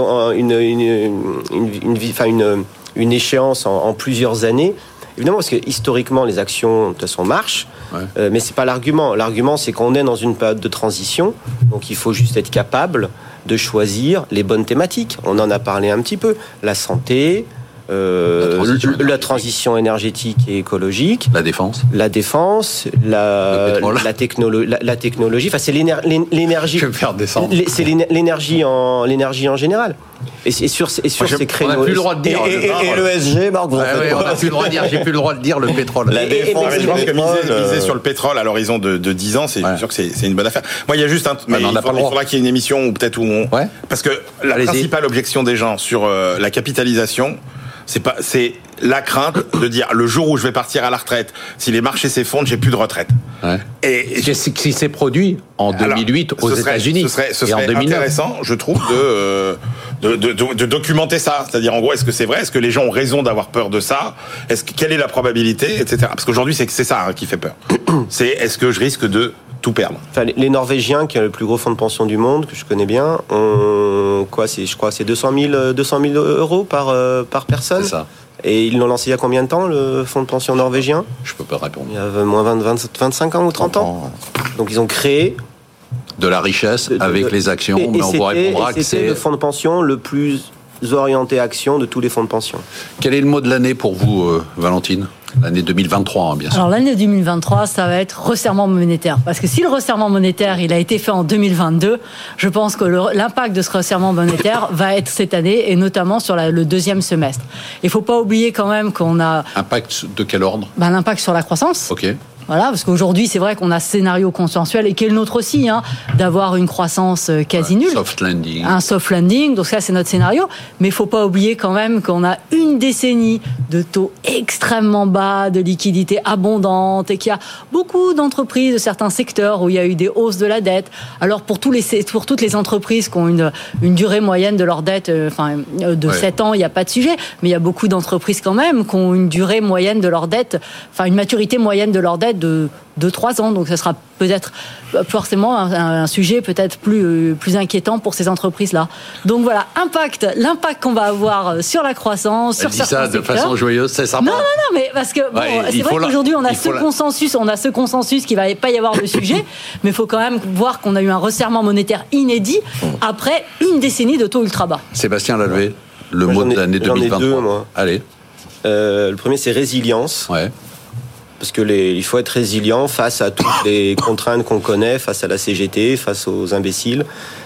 une échéance en plusieurs années. Évidemment, parce que historiquement, les actions, de toute façon, marchent. Mais c'est pas l'argument. L'argument, c'est qu'on est dans une période de transition. Donc, il faut juste être capable de choisir les bonnes thématiques. On en a parlé un petit peu. La santé, la transition énergétique et écologique, la défense, la technologie. Enfin, c'est l'énergie. Je vais me faire descendre. C'est l'énergie en général. Et sur ces créneaux. On n'a plus le droit de dire. Et l'ESG, Marc, vous en faites on n'a plus le droit de dire. J'ai plus le droit de dire le pétrole. La défense, je pense que miser sur le pétrole à l'horizon de 10 ans, c'est sûr que c'est une bonne affaire. Moi, il y a juste il faudra qu'il y ait une émission ou peut-être parce que la principale objection des gens sur la capitalisation, c'est la crainte de dire le jour où je vais partir à la retraite, si les marchés s'effondrent, j'ai plus de retraite. Ouais. Et si c'est produit en 2008 aux États-Unis, ce serait intéressant, je trouve, de documenter ça. C'est-à-dire, en gros, est-ce que c'est vrai? Est-ce que les gens ont raison d'avoir peur de ça? Quelle est la probabilité, etc. Parce qu'aujourd'hui, c'est ça qui fait peur. C'est est-ce que je risque de tout perdre? Enfin, les Norvégiens, qui ont le plus gros fonds de pension du monde, que je connais bien, ont je crois, c'est 200 000 euros par personne. C'est ça. Et ils l'ont lancé il y a combien de temps, le fonds de pension norvégien? Je peux pas répondre. Il y a moins 25 ans ou 30 ans. Donc ils ont créé de la richesse avec les actions, mais on vous répondra que c'est le fonds de pension le plus orienté action de tous les fonds de pension. Quel est le mot de l'année pour vous, Valentine? L'année 2023, bien sûr. Alors l'année 2023, ça va être resserrement monétaire. Parce que si le resserrement monétaire, il a été fait en 2022, je pense que l'impact de ce resserrement monétaire va être cette année, et notamment sur le deuxième semestre. Il ne faut pas oublier quand même qu'on a... Impact de quel ordre? L'impact sur la croissance. Ok. Voilà, parce qu'aujourd'hui, c'est vrai qu'on a ce scénario consensuel, et qui est le nôtre aussi, d'avoir une croissance quasi nulle. Soft landing. Un soft landing, donc ça, c'est notre scénario. Mais il ne faut pas oublier quand même qu'on a une décennie de taux extrêmement bas, de liquidités abondantes, et qu'il y a beaucoup d'entreprises de certains secteurs où il y a eu des hausses de la dette. Alors, pour toutes les entreprises qui ont une durée moyenne de leur dette de 7 ans, il n'y a pas de sujet. Mais il y a beaucoup d'entreprises quand même qui ont une durée moyenne de leur dette, une maturité moyenne de leur dette de 3 ans. Donc ça sera peut-être forcément un sujet peut-être plus inquiétant pour ces entreprises-là. Donc voilà, l'impact qu'on va avoir sur la croissance, sur certains secteurs. De façon joyeuse, c'est sympa. Non, mais parce que c'est vrai qu'aujourd'hui on a ce consensus qu'il va pas y avoir de sujet, mais il faut quand même voir qu'on a eu un resserrement monétaire inédit après une décennie de taux ultra bas. Sébastien Lalvé, le mot de l'année 2023. J'en ai deux, moi. Allez. Le premier, c'est résilience. Ouais. Parce que il faut être résilient face à toutes les contraintes qu'on connaît, face à la CGT, face aux imbéciles.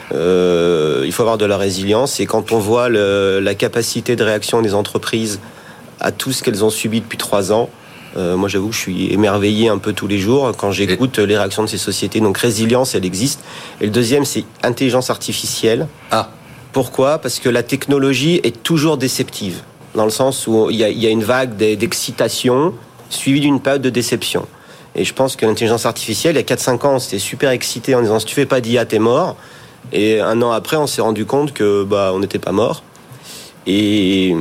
Il faut avoir de la résilience. Et quand on voit la capacité de réaction des entreprises à tout ce qu'elles ont subi depuis 3 ans, moi j'avoue que je suis émerveillé un peu tous les jours quand j'écoute les réactions de ces sociétés. Donc résilience, elle existe. Et le deuxième, c'est intelligence artificielle. Pourquoi? Parce que la technologie est toujours déceptive, dans le sens où il y a une vague d'excitation suivi d'une période de déception. Et je pense que l'intelligence artificielle, il y a 4-5 ans, on s'était super excité en disant si tu fais pas d'IA, t'es mort. Et 1 an après, on s'est rendu compte que on n'était pas mort. Et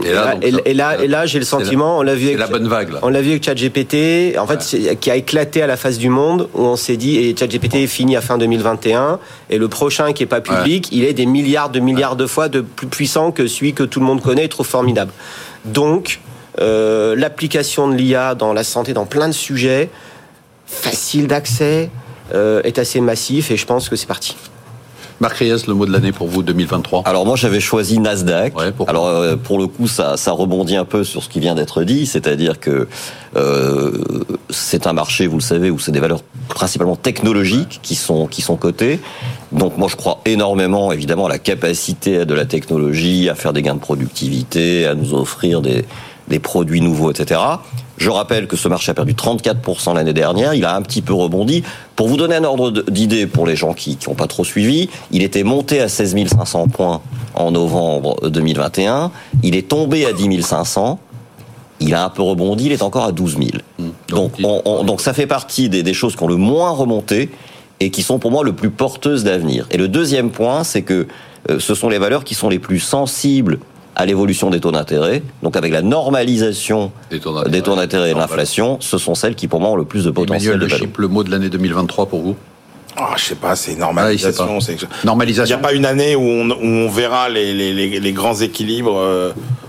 là, j'ai le sentiment, on l'a vu avec la bonne vague, là. On l'a vu avec ChatGPT, en fait, qui a éclaté à la face du monde, où on s'est dit, et ChatGPT est fini à fin 2021, et le prochain qui est pas public, il est des milliards de fois de plus puissant que celui que tout le monde connaît, et trop formidable. Donc, l'application de l'IA dans la santé, dans plein de sujets, facile d'accès, est assez massif, et je pense que c'est parti. Marc Reyes, le mot de l'année pour vous, 2023. Alors moi j'avais choisi Nasdaq. Ouais, alors pour le coup ça rebondit un peu sur ce qui vient d'être dit, c'est-à-dire que c'est un marché, vous le savez, où c'est des valeurs principalement technologiques qui sont cotées. Donc moi je crois énormément évidemment à la capacité de la technologie à faire des gains de productivité, à nous offrir des produits nouveaux, etc. Je rappelle que ce marché a perdu 34% l'année dernière. Il a un petit peu rebondi. Pour vous donner un ordre d'idée pour les gens qui n'ont pas trop suivi, il était monté à 16 500 points en novembre 2021. Il est tombé à 10 500. Il a un peu rebondi. Il est encore à 12 000. Donc ça fait partie des choses qui ont le moins remonté et qui sont pour moi le plus porteuses d'avenir. Et le deuxième point, c'est que ce sont les valeurs qui sont les plus sensibles à l'évolution des taux d'intérêt, donc avec la normalisation des taux d'intérêt et l'inflation, ce sont celles qui pour moi ont le plus de potentiel de valeur. Le mot de l'année 2023 pour vous? Je sais pas, c'est normalisation. Normalisation. Il n'y a pas une année où on verra les grands équilibres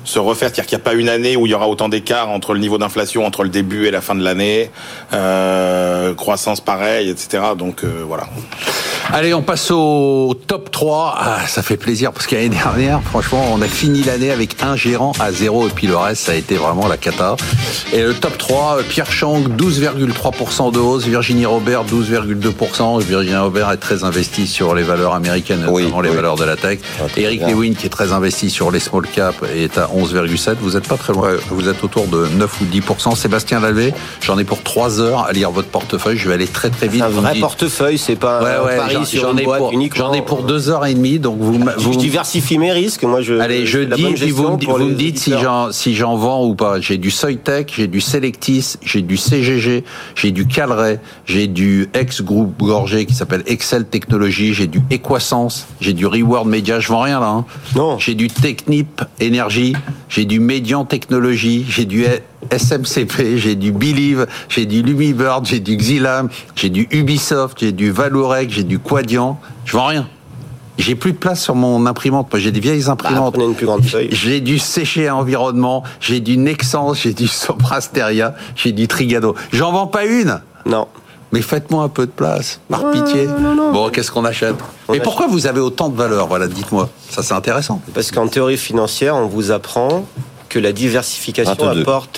se refaire, c'est-à-dire qu'il n'y a pas une année où il y aura autant d'écart entre le niveau d'inflation entre le début et la fin de l'année, croissance pareille, etc. Donc voilà. Allez, on passe au top 3. Ah, ça fait plaisir parce qu'année dernière, franchement, on a fini l'année avec un gérant à 0 et puis le reste, ça a été vraiment la cata. Et le top 3, Pierre Chang, 12,3% de hausse, Virginie Robert, 12,2%. Virginie Robert est très investie sur les valeurs américaines, notamment les valeurs de la tech. Eric Lewin, qui est très investi sur les small cap, est à 11,7%. Vous n'êtes pas très loin, vous êtes autour de 9 ou 10%. Sébastien Lalvé, j'en ai pour 3 heures à lire votre portefeuille. Je vais aller très très vite. Un vrai portefeuille, c'est pas un pari sur une boîte uniquement. J'en ai pour 2h30, donc je diversifie mes risques. Moi, allez, je dis, puis vous me dites si j'en vends ou pas. J'ai du Soitec, j'ai du Selectis, j'ai du CGG, j'ai du Calray, j'ai du ex-groupe Gorgé qui s'appelle Excel Technologies, j'ai du Equasense, j'ai du Reward Media. Je vends rien là. Hein. Non. J'ai du Technip Énergie, j'ai du Médian Technologies, j'ai du SMCP, j'ai du Believe, j'ai du Lumibird, j'ai du Xilam, j'ai du Ubisoft, j'ai du Valorec, j'ai du Quadian. Je vends rien. J'ai plus de place sur mon imprimante. Moi, j'ai des vieilles imprimantes. Prenez une plus grande feuille. J'ai du Séché Environnement, j'ai du Nexans, j'ai du Soprasteria, j'ai du Trigano. J'en vends pas une. Non. Mais faites-moi un peu de place, par pitié. Non. Bon, qu'est-ce qu'on achète ? Mais pourquoi vous avez autant de valeur ? Voilà, dites-moi. Ça, c'est intéressant. Parce qu'en théorie financière, on vous apprend que la diversification apporte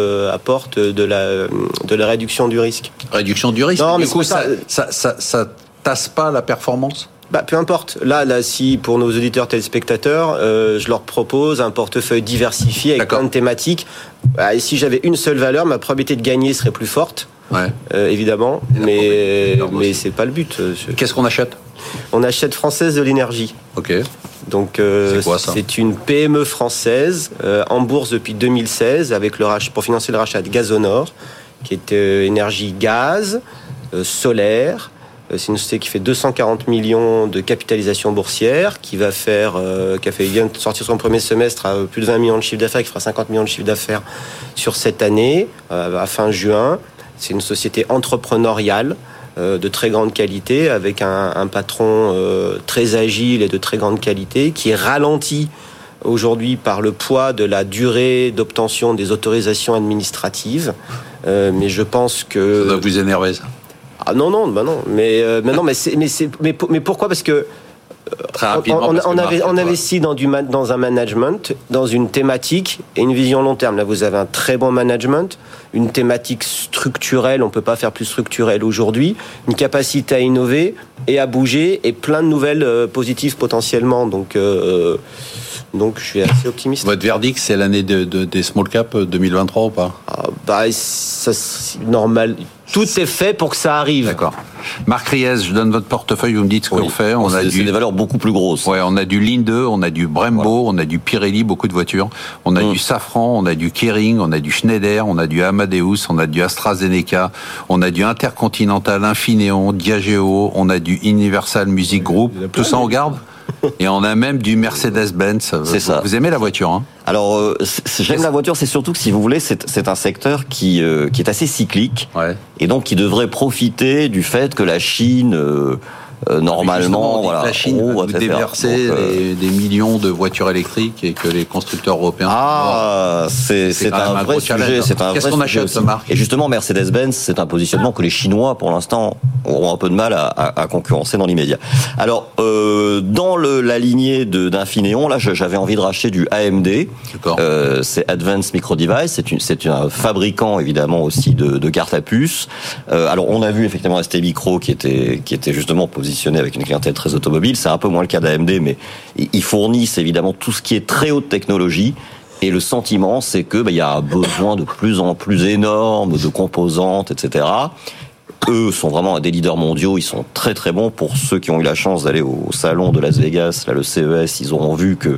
de la réduction du risque. Réduction du risque. Non, mais du coup, ça tasse pas la performance ? Peu importe. Là, si pour nos auditeurs téléspectateurs, je leur propose un portefeuille diversifié avec plein de thématiques. Et si j'avais une seule valeur, ma probabilité de gagner serait plus forte. Ouais. Évidemment, mais c'est pas le but. Qu'est-ce qu'on achète ? On achète Française de l'énergie. Ok. Donc c'est quoi, ça ? C'est une PME française en bourse depuis 2016 avec pour financer le rachat de Gazonor, qui est énergie gaz, solaire. C'est une société qui fait 240 millions de capitalisation boursière, qui vient de sortir son premier semestre à plus de 20 millions de chiffre d'affaires, qui fera 50 millions de chiffre d'affaires sur cette année, à fin juin. C'est une société entrepreneuriale de très grande qualité, avec un patron très agile et de très grande qualité, qui est ralenti aujourd'hui par le poids de la durée d'obtention des autorisations administratives. Mais je pense que... Ça doit vous énerver, ça ? Ah non. Mais pourquoi ? Parce que très rapidement, on investit dans un management, dans une thématique et une vision long terme. Là, vous avez un très bon management, une thématique structurelle, on peut pas faire plus structurelle aujourd'hui, une capacité à innover et à bouger et plein de nouvelles positives potentiellement. Donc je suis assez optimiste. Votre verdict, c'est l'année des small cap 2023 ou pas ? Ça, c'est normal. Tout est fait pour que ça arrive. D'accord. Marc Riez, je donne votre portefeuille, vous me dites ce qu'on fait. C'est des valeurs beaucoup plus grosses. Ouais, on a du Linde, on a du Brembo, on a du Pirelli, beaucoup de voitures. On a du Safran, on a du Kering, on a du Schneider, on a du Amadeus, on a du AstraZeneca, on a du Intercontinental, Infineon, Diageo, on a du Universal Music Group. Tout ça, on garde ? Et on a même du Mercedes-Benz. C'est ça. Vous aimez la voiture, hein ? Alors, j'aime la voiture, c'est surtout que, si vous voulez, c'est un secteur qui est assez cyclique, et donc qui devrait profiter du fait que la Chine, normalement, la Chine va déverser des millions de voitures électriques et que les constructeurs européens... c'est un vrai sujet. Qu'est-ce qu'on achète, Marc ? Et justement, Mercedes-Benz, c'est un positionnement que les Chinois, pour l'instant, auront un peu de mal à concurrencer dans l'immédiat. Alors, dans la lignée d'Infineon, là, j'avais envie de racheter du AMD. C'est Advanced Micro Device. C'est un fabricant, évidemment, aussi de cartes à puce. Alors, on a vu effectivement ST Micro qui était justement positionné avec une clientèle très automobile. C'est un peu moins le cas d'AMD, mais ils fournissent évidemment tout ce qui est très haute technologie. Et le sentiment, c'est que y a un besoin de plus en plus énorme de composantes, etc. Eux sont vraiment des leaders mondiaux. Ils sont très très bons. Pour ceux qui ont eu la chance d'aller au salon de Las Vegas, là, le CES, ils auront vu que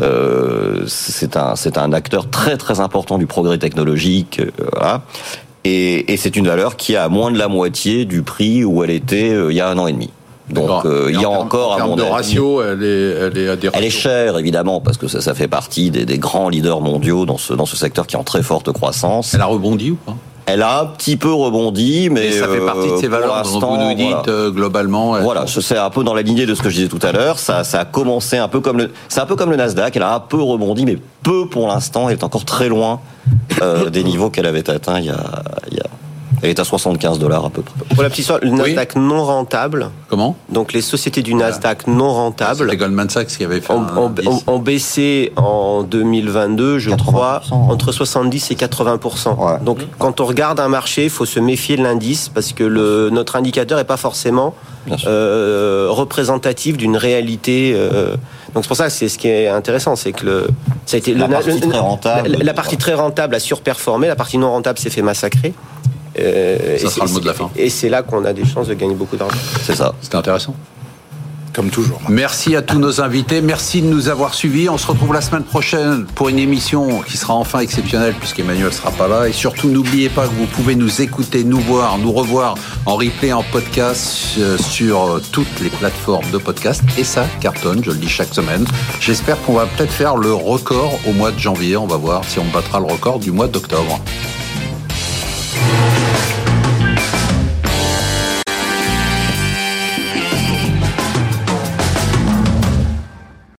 c'est un acteur très très important du progrès technologique. Voilà. Et c'est une valeur qui a moins de la moitié du prix où elle était il y a 1 an et demi. Donc il y a encore, à mon avis, ratio, elle est chère, évidemment, parce que ça fait partie des grands leaders mondiaux dans ce secteur qui est en très forte croissance. Elle a rebondi ou pas ? Elle a un petit peu rebondi, mais ça fait partie de ces valeurs dont vous nous dites globalement. Voilà, c'est un peu dans la lignée de ce que je disais tout à l'heure. Ça a commencé un peu comme le Nasdaq. Elle a un peu rebondi, mais peu pour l'instant. Elle est encore très loin des niveaux qu'elle avait atteints il y a. Elle est à $75 à peu près. Pour la petite histoire, le Nasdaq non rentable. Comment ? Donc les sociétés du Nasdaq non rentables. C'était Goldman Sachs qui avait fait ont baissé en 2022, je crois, entre 70 et 80%. Ouais. Donc quand on regarde un marché, il faut se méfier de l'indice parce que notre indicateur n'est pas forcément représentatif d'une réalité. Donc c'est pour ça que c'est ce qui est intéressant, c'est que ça a été la partie très rentable a surperformé, la partie non rentable s'est fait massacrer. Ça sera le mot de la fin. Et c'est là qu'on a des chances de gagner beaucoup d'argent. C'est ça. C'était intéressant. Comme toujours. Merci à tous nos invités. Merci de nous avoir suivis. On se retrouve la semaine prochaine pour une émission qui sera enfin exceptionnelle puisqu'Emmanuel ne sera pas là. Et surtout, n'oubliez pas que vous pouvez nous écouter, nous voir, nous revoir en replay, en podcast sur toutes les plateformes de podcast. Et ça cartonne, je le dis chaque semaine. J'espère qu'on va peut-être faire le record au mois de janvier. On va voir si on battra le record du mois d'octobre.